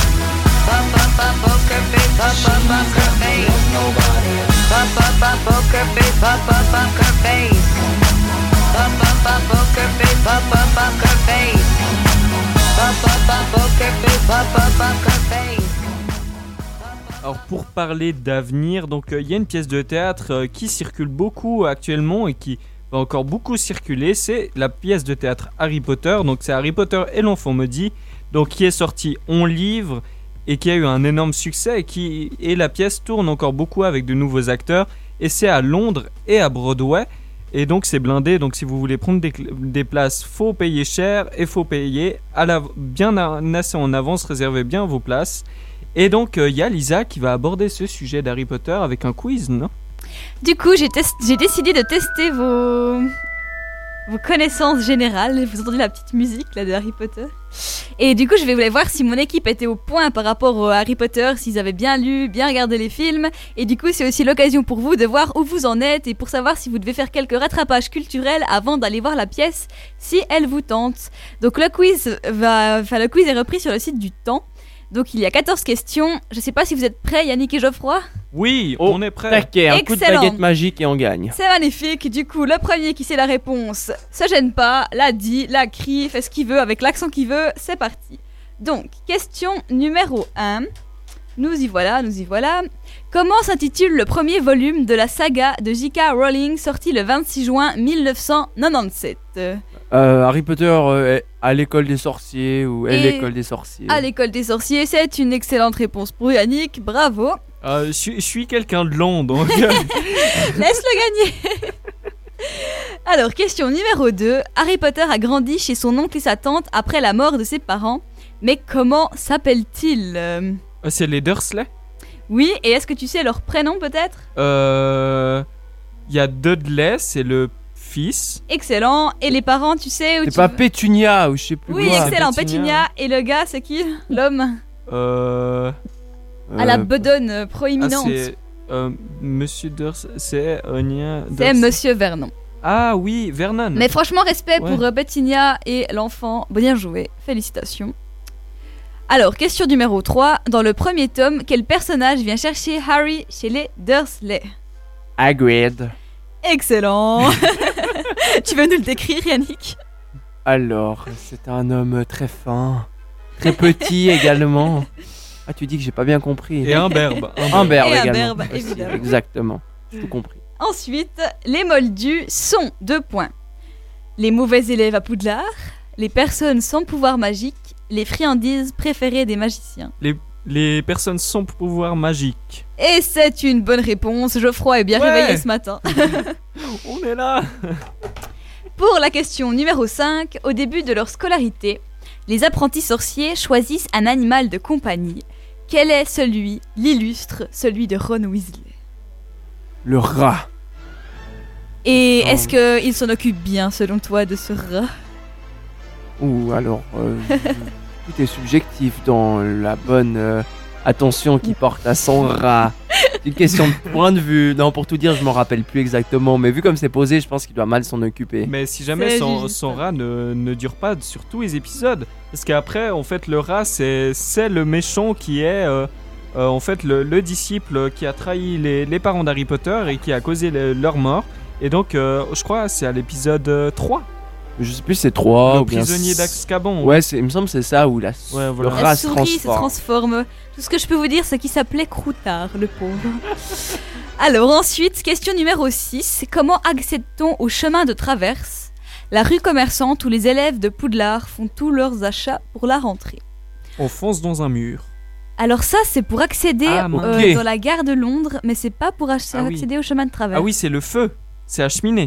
[SPEAKER 8] Pop up up poker face, pop up poker face. Nobody. Pop up up poker face, pop up poker face. Pop up up poker face, pop up poker face. Pop up up poker face, pop up poker face.
[SPEAKER 5] Alors pour parler d'avenir, donc il euh, y a une pièce de théâtre euh, qui circule beaucoup actuellement et qui va encore beaucoup circuler, c'est la pièce de théâtre Harry Potter. Donc c'est Harry Potter et l'enfant maudit, donc qui est sorti en livre et qui a eu un énorme succès et qui et la pièce tourne encore beaucoup avec de nouveaux acteurs et c'est à Londres et à Broadway et donc c'est blindé. Donc si vous voulez prendre des, des places, faut payer cher et faut payer à la, bien à, assez en avance, réservez bien vos places. Et donc, il euh, y a Lisa qui va aborder ce sujet d'Harry Potter avec un quiz, non ?
[SPEAKER 4] Du coup, j'ai, test- j'ai décidé de tester vos... vos connaissances générales. Vous entendez la petite musique là de Harry Potter. Et du coup, je vais vous voir si mon équipe était au point par rapport à Harry Potter, s'ils avaient bien lu, bien regardé les films. Et du coup, c'est aussi l'occasion pour vous de voir où vous en êtes et pour savoir si vous devez faire quelques rattrapages culturels avant d'aller voir la pièce, si elle vous tente. Donc le quiz va... enfin, le quiz est repris sur le site du Temps. Donc il y a quatorze questions. Je sais pas si vous êtes prêts, Yannick et Geoffroy.
[SPEAKER 5] Oui,
[SPEAKER 3] Oh,
[SPEAKER 5] on est prêts.
[SPEAKER 3] Taquet, un coup de
[SPEAKER 4] Excellent.
[SPEAKER 3] baguette magique et on gagne.
[SPEAKER 4] C'est magnifique. Du coup, le premier qui sait la réponse se gêne pas, la dit, la crie, fait ce qu'il veut avec l'accent qu'il veut. C'est parti. Donc, question numéro un. Nous y voilà, nous y voilà. Comment s'intitule le premier volume de la saga de J K Rowling sorti le vingt-six juin mille neuf cent quatre-vingt-dix-sept?
[SPEAKER 3] Euh, Harry Potter euh, est à l'école des sorciers ou est
[SPEAKER 4] Et
[SPEAKER 3] l'école des sorciers.
[SPEAKER 4] À l'école des sorciers, c'est une excellente réponse pour Yannick, bravo.
[SPEAKER 5] Euh, je suis- je suis quelqu'un de long, donc...
[SPEAKER 4] Laisse-le gagner. Alors, question numéro deux. Harry Potter a grandi chez son oncle et sa tante après la mort de ses parents. Mais comment s'appellent-ils? Euh,
[SPEAKER 5] Ah, c'est les Dursley.
[SPEAKER 4] Oui, et est-ce que tu sais leur prénom peut-être?
[SPEAKER 5] Euh... Il y a Dudley, c'est le fils.
[SPEAKER 4] Excellent. Et les parents, tu sais où
[SPEAKER 3] C'est
[SPEAKER 4] tu
[SPEAKER 3] pas
[SPEAKER 4] veux-
[SPEAKER 3] Pétunia ou je sais plus
[SPEAKER 4] Oui,
[SPEAKER 3] quoi.
[SPEAKER 4] excellent.
[SPEAKER 5] Pétunia.
[SPEAKER 4] Pétunia. Et le gars, c'est qui? L'homme
[SPEAKER 5] Euh...
[SPEAKER 4] à la
[SPEAKER 3] Euh,
[SPEAKER 4] bedaune euh,
[SPEAKER 5] Ah,
[SPEAKER 4] proéminente.
[SPEAKER 5] c'est... euh, Monsieur Dursley... C'est Anya
[SPEAKER 4] c'est
[SPEAKER 5] Dursley.
[SPEAKER 4] Monsieur Vernon.
[SPEAKER 5] Ah oui, Vernon.
[SPEAKER 4] Mais franchement, respect
[SPEAKER 5] Ouais.
[SPEAKER 4] pour euh, Pétunia et l'enfant. Bien joué. Félicitations. Alors, question numéro trois. Dans le premier tome, quel personnage vient chercher Harry chez les Dursley?
[SPEAKER 3] Hagrid.
[SPEAKER 4] Excellent. Tu veux nous le décrire, Yannick?
[SPEAKER 3] Alors, c'est un homme très fin, très petit également. Ah, tu dis que j'ai pas bien compris.
[SPEAKER 5] Et imberbe.
[SPEAKER 3] Un berbe
[SPEAKER 4] Et un
[SPEAKER 3] également.
[SPEAKER 4] berbe, évidemment.
[SPEAKER 3] Exactement, j'ai tout compris.
[SPEAKER 4] Ensuite, les moldus sont deux points. Les mauvais élèves à Poudlard, les personnes sans pouvoir magique, les friandises préférées des magiciens.
[SPEAKER 5] Les, les personnes sans pouvoir magique.
[SPEAKER 4] Et c'est une bonne réponse, Geoffroy est bien
[SPEAKER 5] Ouais.
[SPEAKER 4] réveillé ce matin.
[SPEAKER 5] On est là.
[SPEAKER 4] Pour la question numéro cinq, au début de leur scolarité, les apprentis sorciers choisissent un animal de compagnie. Quel est celui, l'illustre, celui de Ron Weasley?
[SPEAKER 3] Le rat.
[SPEAKER 4] Et
[SPEAKER 3] Oh.
[SPEAKER 4] est-ce qu'il s'en occupe bien, selon toi, de ce rat?
[SPEAKER 3] Ou alors, euh, tout est subjectif dans la bonne euh, attention qu'il porte à son rat. C'est une question de point de vue. Non, pour tout dire, je m'en rappelle plus exactement. Mais vu comme c'est posé, je pense qu'il doit mal s'en occuper.
[SPEAKER 5] Mais si jamais
[SPEAKER 4] C'est
[SPEAKER 5] son,
[SPEAKER 4] juste.
[SPEAKER 5] son rat ne, ne dure pas sur tous les épisodes. Parce qu'après, en fait, le rat, c'est c'est le méchant qui est... euh, euh, en fait, le, le disciple qui a trahi les, les parents d'Harry Potter et qui a causé le- leur mort. Et donc, euh, je crois, c'est à l'épisode euh, trois.
[SPEAKER 3] Je sais plus si c'est trois
[SPEAKER 5] le
[SPEAKER 3] ou bien.
[SPEAKER 5] prisonnier d'Azkaban.
[SPEAKER 3] Ouais, c'est- il me semble que c'est ça où la,
[SPEAKER 5] Ouais, voilà.
[SPEAKER 3] le
[SPEAKER 4] La
[SPEAKER 3] rat se
[SPEAKER 4] souris se
[SPEAKER 3] transforme.
[SPEAKER 4] transforme. Tout ce que je peux vous dire, c'est qu'il s'appelait Croutard, le pauvre. Alors ensuite, question numéro six. Comment accède-t-on au chemin de traverse, la rue commerçante où les élèves de Poudlard font tous leurs achats pour la rentrée?
[SPEAKER 5] On fonce dans un mur.
[SPEAKER 4] Alors ça, c'est pour accéder
[SPEAKER 5] Ah,
[SPEAKER 4] euh,
[SPEAKER 3] ok.
[SPEAKER 4] dans la gare de Londres, mais c'est pas pour ach-
[SPEAKER 5] Ah oui.
[SPEAKER 4] accéder au chemin de traverse.
[SPEAKER 5] Ah oui, c'est le feu. C'est la cheminée.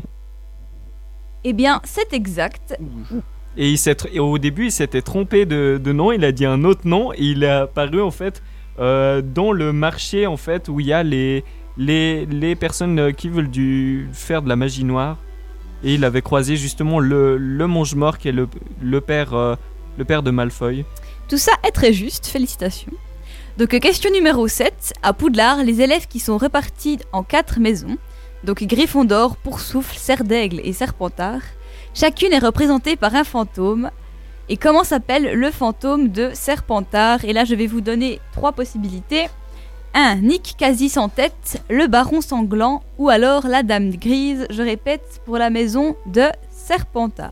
[SPEAKER 4] Eh bien, c'est exact.
[SPEAKER 5] Et, il s'est tr- et au début, il s'était trompé de, de nom. Il a dit un autre nom et il est apparu en fait euh, dans le marché en fait où il y a les les, les personnes euh, qui veulent du, faire de la magie noire. Et il avait croisé justement le, le mange-mort qui est le, le père euh, le père de Malfoy.
[SPEAKER 4] Tout ça est très juste, félicitations. Donc euh, question numéro sept. À Poudlard, les élèves qui sont répartis en quatre maisons, donc Gryffondor, Poursoufle, Serdaigle et Serpentard, chacune est représentée par un fantôme. Et comment s'appelle le fantôme de Serpentard? Et là, je vais vous donner trois possibilités. un. Nick quasi sans tête, le baron sanglant, ou alors la dame grise, je répète, pour la maison de Serpentard.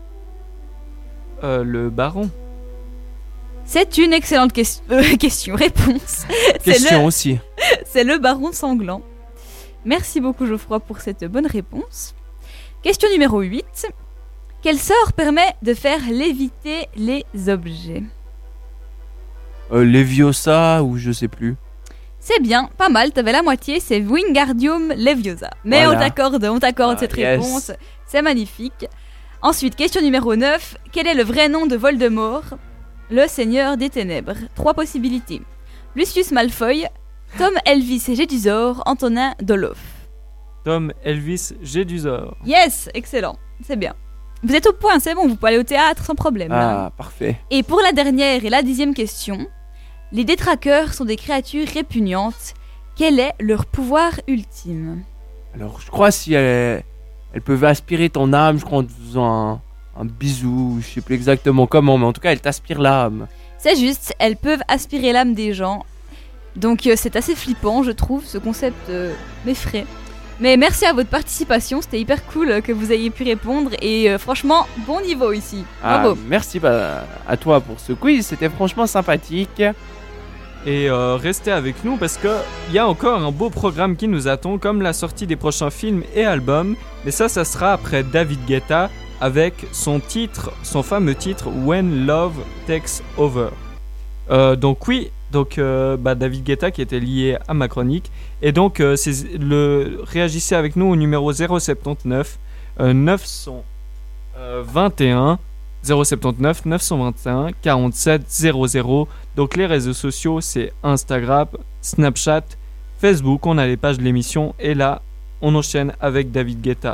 [SPEAKER 5] Euh, le baron.
[SPEAKER 4] C'est une excellente ques- euh, question. Réponse. C'est
[SPEAKER 3] Question
[SPEAKER 4] le,
[SPEAKER 3] aussi.
[SPEAKER 4] c'est le baron sanglant. Merci beaucoup Geoffroy pour cette bonne réponse. Question numéro huit. Quel sort permet de faire léviter les objets?
[SPEAKER 3] Euh, Leviosa ou je sais plus.
[SPEAKER 4] C'est bien, pas mal, t'avais la moitié, c'est Wingardium Leviosa. Mais
[SPEAKER 3] Voilà.
[SPEAKER 4] on t'accorde, on t'accorde
[SPEAKER 3] Ah,
[SPEAKER 4] cette
[SPEAKER 3] yes.
[SPEAKER 4] réponse, c'est magnifique. Ensuite, question numéro neuf. Quel est le vrai nom de Voldemort, le seigneur des ténèbres? Trois possibilités. Lucius Malfoy, Tom Elvis Jedusor, Antonin Dolof.
[SPEAKER 5] Tom Elvis Jedusor.
[SPEAKER 4] Yes, excellent, c'est bien. Vous êtes au point, c'est bon, vous pouvez aller au théâtre sans problème. là.
[SPEAKER 3] Ah, parfait.
[SPEAKER 4] Et pour la dernière et la dixième question, les détraqueurs sont des créatures répugnantes. Quel est leur pouvoir ultime?
[SPEAKER 3] Alors, je crois si elle, elle peuvent aspirer ton âme, je crois en te faisant un, un bisou, je sais plus exactement comment, mais en tout cas, elle t'aspire l'âme.
[SPEAKER 4] C'est juste, elles peuvent aspirer l'âme des gens. Donc euh, c'est assez flippant, je trouve, ce concept euh, m'effraie. Mais merci à votre participation, c'était hyper cool euh, que vous ayez pu répondre et euh, franchement, bon niveau ici.
[SPEAKER 3] Ah,
[SPEAKER 4] Bravo.
[SPEAKER 3] merci bah, à toi pour ce quiz, c'était franchement sympathique.
[SPEAKER 5] Et euh, restez avec nous parce que il y a encore un beau programme qui nous attend, comme la sortie des prochains films et albums. Mais ça, ça sera après David Guetta avec son titre, son fameux titre When Love Takes Over. Euh, donc oui, donc euh, bah, David Guetta qui était lié à ma chronique. Et donc euh, c'est le réagissez avec nous au numéro zéro soixante-dix-neuf euh, neuf cent vingt et un zéro soixante-dix-neuf neuf cent vingt et un quarante-sept zéro zéro. Donc les réseaux sociaux, c'est Instagram, Snapchat, Facebook, on a les pages de l'émission et là on enchaîne avec David Guetta.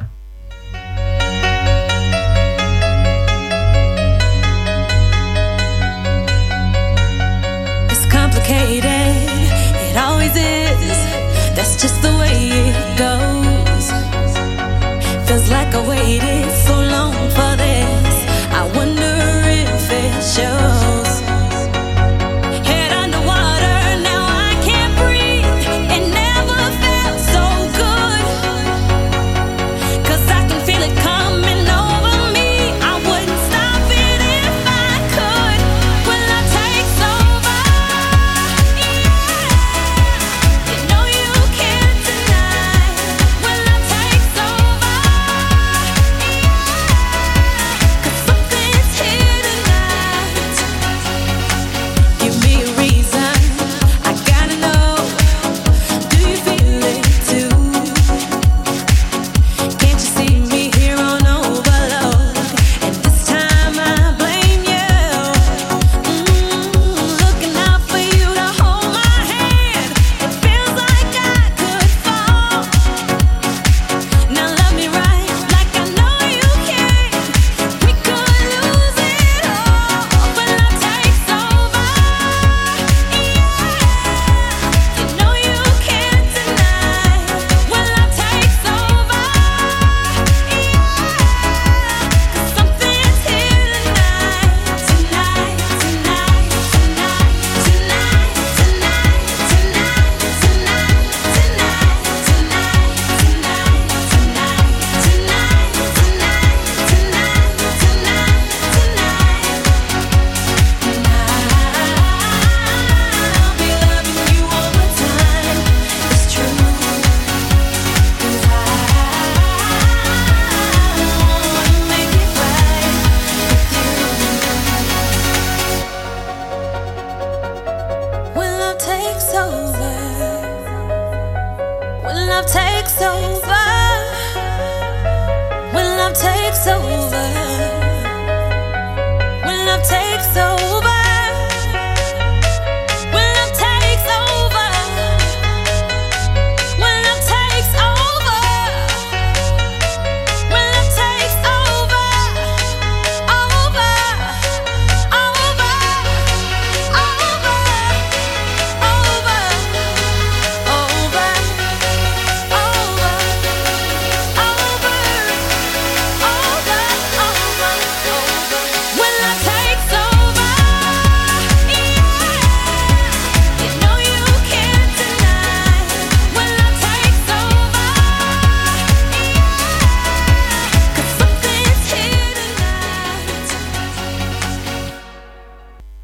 [SPEAKER 9] It's complicated, it always is. That's just the way it goes. Feels like I waited so long for this. I wonder if it shows. Head underwater, now I can't breathe. It never felt so good.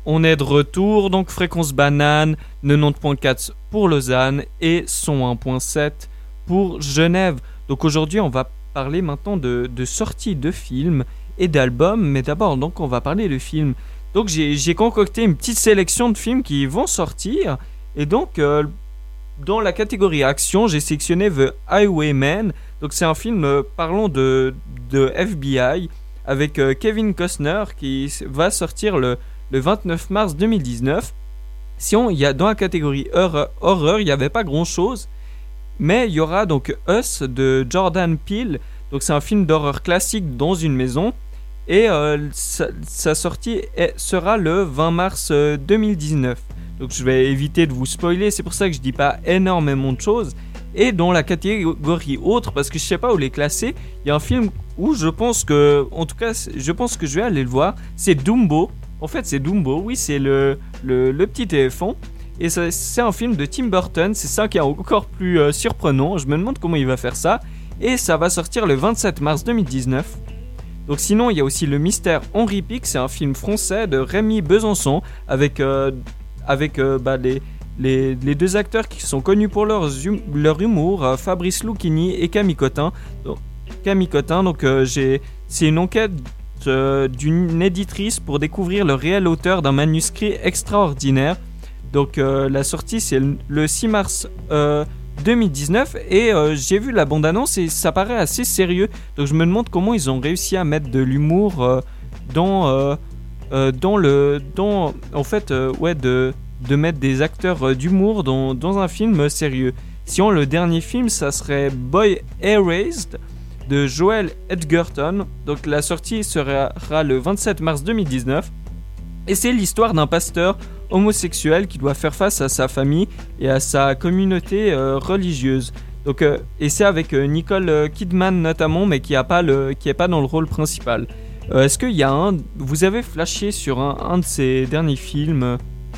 [SPEAKER 5] On est de retour, donc Fréquence Banane, quatre-vingt-dix virgule quatre pour Lausanne et cent un virgule sept pour Genève. Donc aujourd'hui, on va parler maintenant de, de sorties de films et d'albums, mais d'abord, donc, on va parler de films. Donc j'ai, j'ai concocté une petite sélection de films qui vont sortir, et donc euh, dans la catégorie action, j'ai sélectionné The Highwayman. Donc c'est un film euh, parlant de, de F B I avec euh, Kevin Costner qui s- va sortir le, le vingt-neuf mars deux mille dix-neuf. Sinon, il y a dans la catégorie horreur, horreur, il n'y avait pas grand chose, mais il y aura donc Us de Jordan Peele. Donc c'est un film d'horreur classique dans une maison, et euh, sa, sa sortie est, sera le vingt mars euh, deux mille dix-neuf. Donc je vais éviter de vous spoiler, c'est pour ça que je dis pas énormément de choses. Et dans la catégorie autre, parce que je sais pas où les classer, il y a un film où je pense que, en tout cas, je pense que je vais aller le voir. C'est Dumbo. En fait, c'est Dumbo. Oui, c'est le le, le petit éléphant. Et ça, c'est un film de Tim Burton. C'est ça qui est encore plus euh, surprenant. Je me demande comment il va faire ça. Et ça va sortir le vingt-sept mars deux mille dix-neuf. Donc sinon, il y a aussi Le Mystère Henri Pic. C'est un film français de Rémi Besançon avec euh, avec euh, bah, les Les, les deux acteurs qui sont connus pour leur, hum, leur humour, euh, Fabrice Lucchini et Camille Cotin. Donc, Camille Cotin, donc, euh, j'ai, c'est une enquête euh, d'une éditrice pour découvrir le réel auteur d'un manuscrit extraordinaire. Donc euh, la sortie c'est le, le six mars euh, deux mille dix-neuf, et euh, j'ai vu la bande-annonce et ça paraît assez sérieux. Donc je me demande comment ils ont réussi à mettre de l'humour euh, dans, euh, euh, dans le... Dans, en fait, euh, ouais, de... de mettre des acteurs euh, d'humour dans, dans un film euh, sérieux. Sinon, le dernier film, ça serait Boy Erased de Joel Edgerton. Donc la sortie sera le vingt-sept mars deux mille dix-neuf. Et c'est l'histoire d'un pasteur homosexuel qui doit faire face à sa famille et à sa communauté euh, religieuse. Donc, euh, et c'est avec euh, Nicole Kidman notamment, mais qui n'est pas, le, qui est pas dans le rôle principal. Euh, est-ce qu'il y a un... Vous avez flashé sur un, un de ces derniers films ?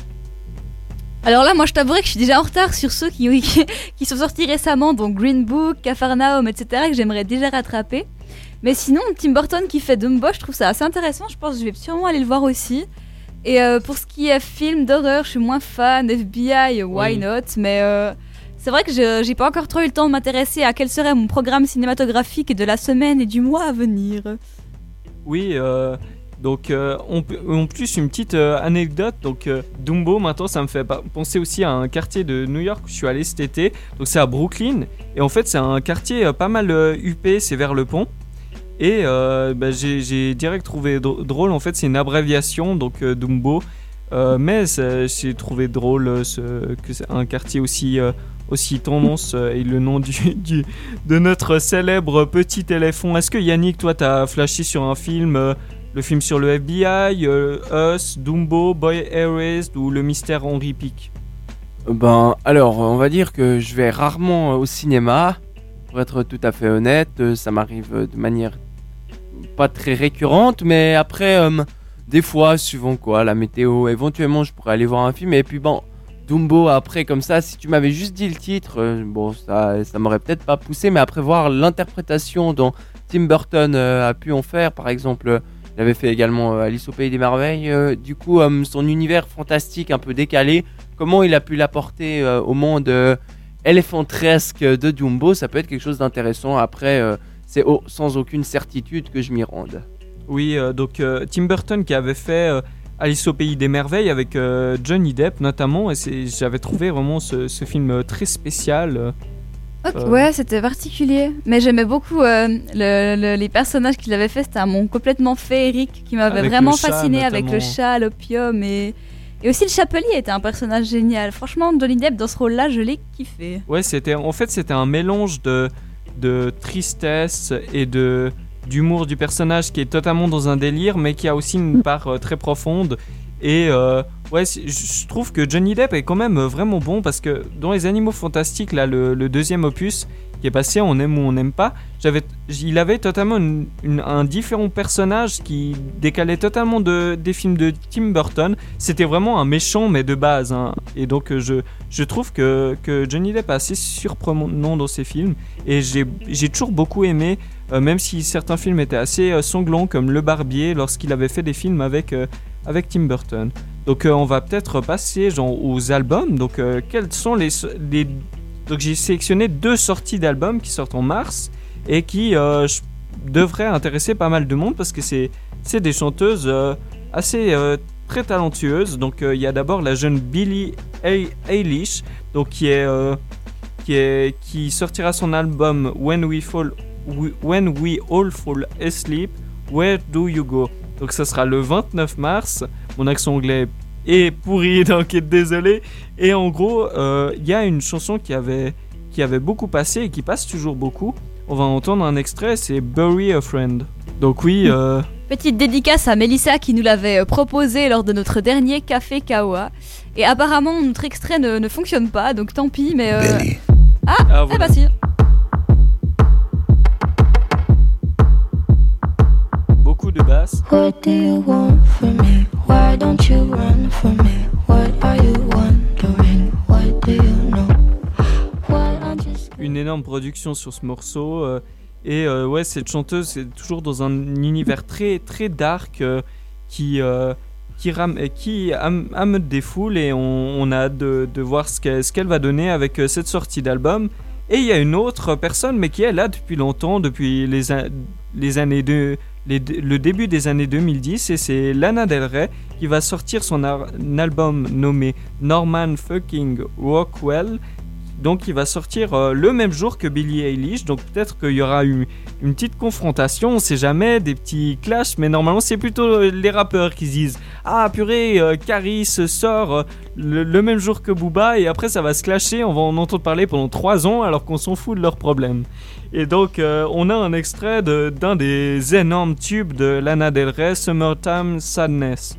[SPEAKER 4] Alors là, moi je t'avouerai que je suis déjà en retard sur ceux qui, qui, qui sont sortis récemment, donc Green Book, Capharnaüm, et cetera, que j'aimerais déjà rattraper. Mais sinon, Tim Burton qui fait Dumbo, je trouve ça assez intéressant, je pense que je vais sûrement aller le voir aussi. Et euh, pour ce qui est film d'horreur, je suis moins fan, F B I, why
[SPEAKER 5] Oui.
[SPEAKER 4] not, mais euh, c'est vrai que je, j'ai pas encore trop eu le temps de m'intéresser à quel serait mon programme cinématographique de la semaine et du mois à venir.
[SPEAKER 5] Oui, euh, donc euh, on peut- en plus une petite euh, anecdote, donc euh, Dumbo maintenant ça me fait pa- penser aussi à un quartier de New York où je suis allé cet été, donc c'est à Brooklyn, et en fait c'est un quartier euh, pas mal euh, huppé, c'est vers le pont, et euh, bah, j'ai, j'ai direct trouvé dr- drôle, en fait c'est une abréviation, donc euh, Dumbo, euh, mais ça- j'ai trouvé drôle euh, ce- que c'est un quartier aussi... euh, aussi tendance euh, et le nom du, du, de notre célèbre petit éléphant. Est-ce que Yannick, toi, t'as flashé sur un film, euh, le film sur le F B I, euh, Us, Dumbo, Boy Erased ou Le Mystère Henri Pic?
[SPEAKER 3] Ben, alors, on va dire que je vais rarement euh, au cinéma, pour être tout à fait honnête. euh, Ça m'arrive euh, de manière pas très récurrente, mais après, euh, des fois, suivant quoi, la météo, éventuellement, je pourrais aller voir un film. Et puis, bon, Dumbo, après, comme ça, si tu m'avais juste dit le titre, euh, bon, ça, ça m'aurait peut-être pas poussé, mais après voir l'interprétation dont Tim Burton euh, a pu en faire, par exemple, euh, il avait fait également euh, Alice au Pays des Merveilles, euh, du coup, euh, son univers fantastique un peu décalé, comment il a pu l'apporter euh, au monde euh, éléphantesque de Dumbo, ça peut être quelque chose d'intéressant. Après, euh, c'est oh, sans aucune certitude que je m'y rende.
[SPEAKER 5] Oui, euh, donc euh, Tim Burton qui avait fait euh, Alice au Pays des Merveilles avec euh, Johnny Depp notamment, et c'est, j'avais trouvé vraiment ce, ce film euh, très spécial. euh.
[SPEAKER 4] Ok,
[SPEAKER 5] Euh.
[SPEAKER 4] ouais, c'était particulier. Mais j'aimais beaucoup euh, le- le- les personnages qu'il avait fait. C'était un monde complètement féerique qui m'avait
[SPEAKER 5] Avec
[SPEAKER 4] vraiment
[SPEAKER 5] le chat,
[SPEAKER 4] fasciné avec le
[SPEAKER 5] notamment.
[SPEAKER 4] chat, l'opium et... et aussi le chapelier était un personnage génial. Franchement, Johnny Depp dans ce rôle-là, je l'ai kiffé.
[SPEAKER 5] Ouais, c'était en fait c'était un mélange de de tristesse et de d'humour du personnage qui est totalement dans un délire, mais qui a aussi une part euh, très profonde. Et euh, ouais, c'est- je trouve que Johnny Depp est quand même euh, vraiment bon, parce que dans Les Animaux Fantastiques, là, le, le deuxième opus qui est passé, on aime ou on n'aime pas, j'avais, il avait totalement une- une- un différent personnage qui décalait totalement de, des films de Tim Burton. C'était vraiment un méchant, mais de base, hein. Et donc euh, je, je trouve que, que Johnny Depp est assez surprenant dans ses films, et j'ai, j'ai toujours beaucoup aimé, euh, même si certains films étaient assez euh, sanglants, comme Le Barbier, lorsqu'il avait fait des films avec... euh, avec Tim Burton. Donc euh, on va peut-être passer genre, aux albums. Donc euh, quels sont les, les... Donc j'ai sélectionné deux sorties d'albums qui sortent en mars et qui euh, devraient intéresser pas mal de monde parce que c'est, c'est des chanteuses euh, assez euh, très talentueuses. Donc il euh, y a d'abord la jeune Billie Eilish, donc qui est euh, qui est qui sortira son album When We Fall When We All Fall Asleep. Where Do You Go? Donc ça sera le vingt-neuf mars. Mon accent anglais est pourri, donc désolé. Et en gros, il euh, y a une chanson qui avait, qui avait beaucoup passé et qui passe toujours beaucoup. On va entendre un extrait, c'est Bury a Friend. Donc oui... Euh...
[SPEAKER 4] Petite dédicace à Mélissa qui nous l'avait proposé lors de notre dernier Café Kawa. Et apparemment, notre extrait ne, ne fonctionne pas, donc tant pis, mais... Euh... Ah,
[SPEAKER 5] ah
[SPEAKER 4] voilà. Eh bah si.
[SPEAKER 5] Beaucoup de basses.
[SPEAKER 2] What do you want from me? Why don't you run from me? What are you wondering? What do you know? Why aren't you scared?
[SPEAKER 5] Une énorme production sur ce morceau euh, et euh, ouais, cette chanteuse c'est toujours dans un univers très très dark euh, qui euh, qui ram qui am ameute des foules et on, on a hâte de, de voir ce qu'elle, ce qu'elle va donner avec euh, cette sortie d'album. Et il y a une autre personne mais qui est là depuis longtemps, depuis les a- les années de Les, le début des années deux mille dix et c'est Lana Del Rey qui va sortir son ar- un album nommé Norman fucking Rockwell. Donc il va sortir euh, le même jour que Billie Eilish, donc peut-être qu'il y aura eu une petite confrontation, on sait jamais, des petits clashs, mais normalement c'est plutôt les rappeurs qui se disent « Ah purée, euh, Caris sort euh, le, le même jour que Booba et après ça va se clasher, on va en entendre parler pendant trois ans alors qu'on s'en fout de leurs problèmes. » Et donc euh, on a un extrait de, d'un des énormes tubes de Lana Del Rey, Summertime Sadness.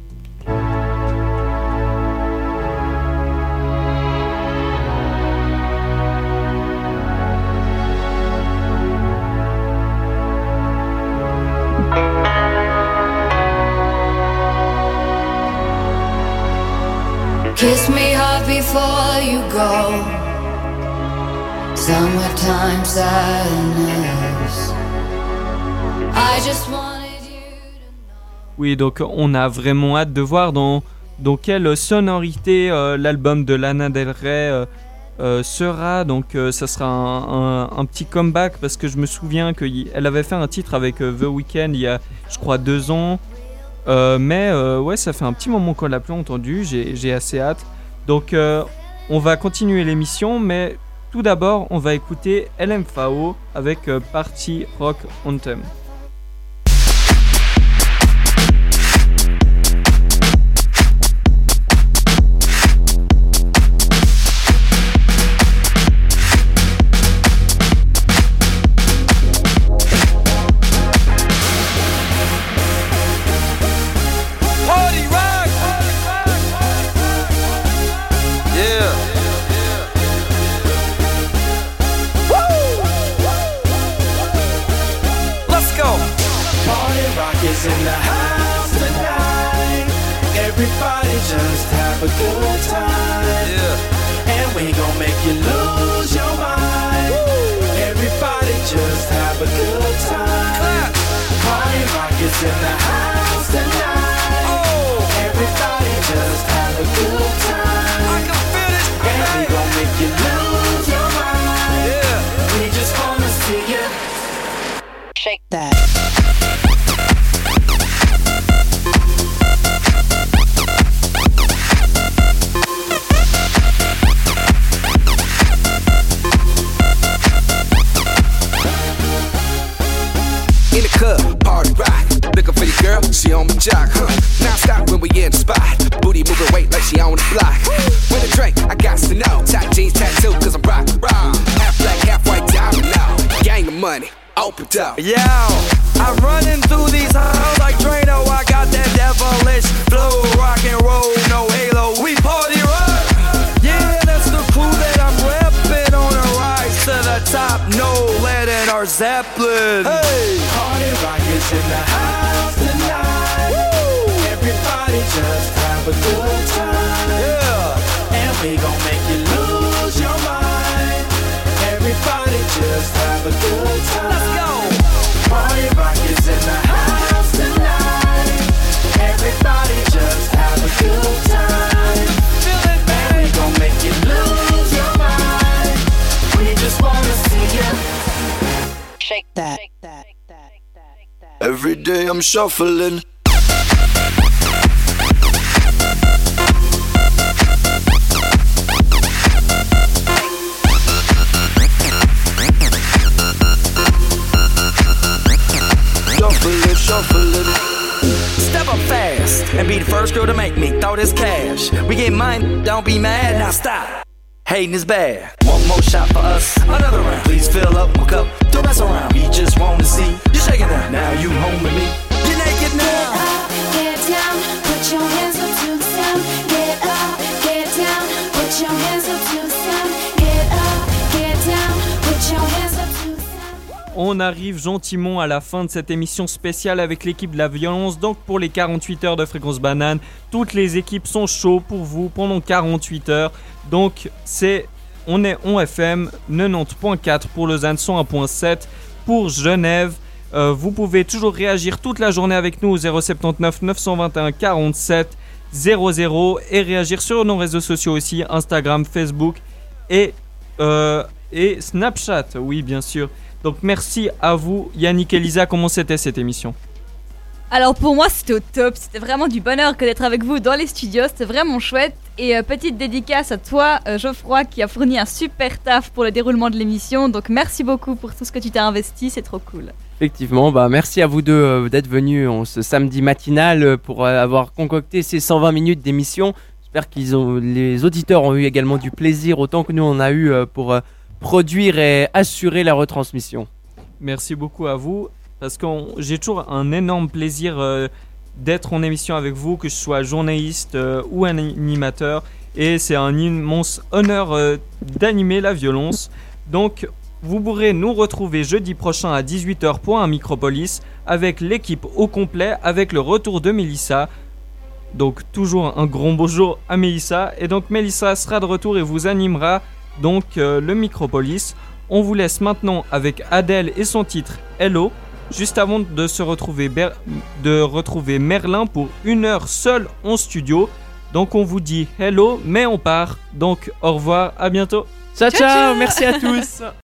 [SPEAKER 2] Kiss me hard before you go. Summertime sadness. I just wanted you to know.
[SPEAKER 5] Oui, donc on a vraiment hâte de voir dans, dans quelle sonorité euh, l'album de Lana Del Rey euh, euh, sera. Donc euh, ça sera un, un, un petit comeback parce que je me souviens qu'elle avait fait un titre avec euh, The Weeknd il y a, je crois, deux ans. Euh, mais euh, ouais, ça fait un petit moment qu'on l'a plus entendu, j'ai, j'ai assez hâte. Donc euh, on va continuer l'émission, mais tout d'abord on va écouter L M F A O avec euh, Party Rock Anthem.
[SPEAKER 6] In the house tonight, everybody just have a good time, yeah. And we gon' make you lose your mind. Woo. Everybody just have a good time. Clap. Party rock is in the house tonight. Oh. Everybody just have a good time. I can feel it. And we gon' make you lose your mind. Yeah. We just wanna see you shake that.
[SPEAKER 10] She on my jock, huh? Now stop when we in the spot. Booty moving weight like she on the block. With a drink, I got to know. Tight jeans tattoo, cause I'm rock, rock. Half black, half white diamond now. Gang of money, open up.
[SPEAKER 6] Yo, I'm running through these halls like Drano. I got that devilish flow. Rock and roll, no halo. We party rock. Yeah, that's the crew that I'm reppin' on a rise to the top. No lead in our Zeppelin. Hey, party rock is in the house tonight. Woo. Everybody just have a good time. Yeah, and we gon' make you lose your mind. Everybody just have a good time. Let's go. Party rock is in the house tonight. Everybody
[SPEAKER 10] Every day I'm shuffling. Shuffling, shuffling.
[SPEAKER 6] Step up fast and be the first girl to make me throw this cash. We get mine, don't be mad, now stop. Hating is bad. One more shot for us, another round. Please fill up my cup, don't mess around. We just want to see you shaking it. Now you home with me. You're naked now.
[SPEAKER 2] Get up, get down, put your hands up to the sound. Get up, get down, put your hands up to the sound. Get up, get down, put your hands up to the sound.
[SPEAKER 5] On arrive gentiment à la fin de cette émission spéciale avec l'équipe de la violence. Donc pour les quarante-huit heures de Fréquence Banane, toutes les équipes sont chaudes pour vous pendant quarante-huit heures. Donc c'est, on est on F M quatre-vingt-dix point quatre pour Lausanne, cent un point sept pour Genève. Euh, vous pouvez toujours réagir toute la journée avec nous au zéro sept neuf neuf deux un quarante-sept zéro zéro et réagir sur nos réseaux sociaux aussi, Instagram, Facebook et, euh, et Snapchat, oui bien sûr. Donc merci à vous Yannick et Lisa, comment c'était cette émission?
[SPEAKER 4] Alors pour moi c'était au top, c'était vraiment du bonheur que d'être avec vous dans les studios, c'était vraiment chouette. Et euh, petite dédicace à toi euh, Geoffroy qui a fourni un super taf pour le déroulement de l'émission. Donc merci beaucoup pour tout ce que tu t'as investi, c'est trop cool.
[SPEAKER 3] Effectivement, bah merci à vous deux euh, d'être venus en ce samedi matinal euh, pour euh, avoir concocté ces cent vingt minutes d'émission. J'espère que les auditeurs ont eu également du plaisir autant que nous on a eu euh, pour euh, produire et assurer la retransmission.
[SPEAKER 5] Merci beaucoup à vous. Parce que j'ai toujours un énorme plaisir euh, d'être en émission avec vous, que je sois journaliste euh, ou un animateur. Et c'est un immense honneur euh, d'animer la violence. Donc, vous pourrez nous retrouver jeudi prochain à dix-huit heures pour un Micropolis avec l'équipe au complet, avec le retour de Mélissa. Donc, toujours un grand bonjour à Mélissa. Et donc, Mélissa sera de retour et vous animera donc euh, le Micropolis. On vous laisse maintenant avec Adèle et son titre Hello. Juste avant de se retrouver, Ber- de retrouver Merlin pour une heure seul en studio. Donc on vous dit hello, mais on part. Donc au revoir, à bientôt.
[SPEAKER 3] Ciao ciao, ciao, ciao. Merci à tous.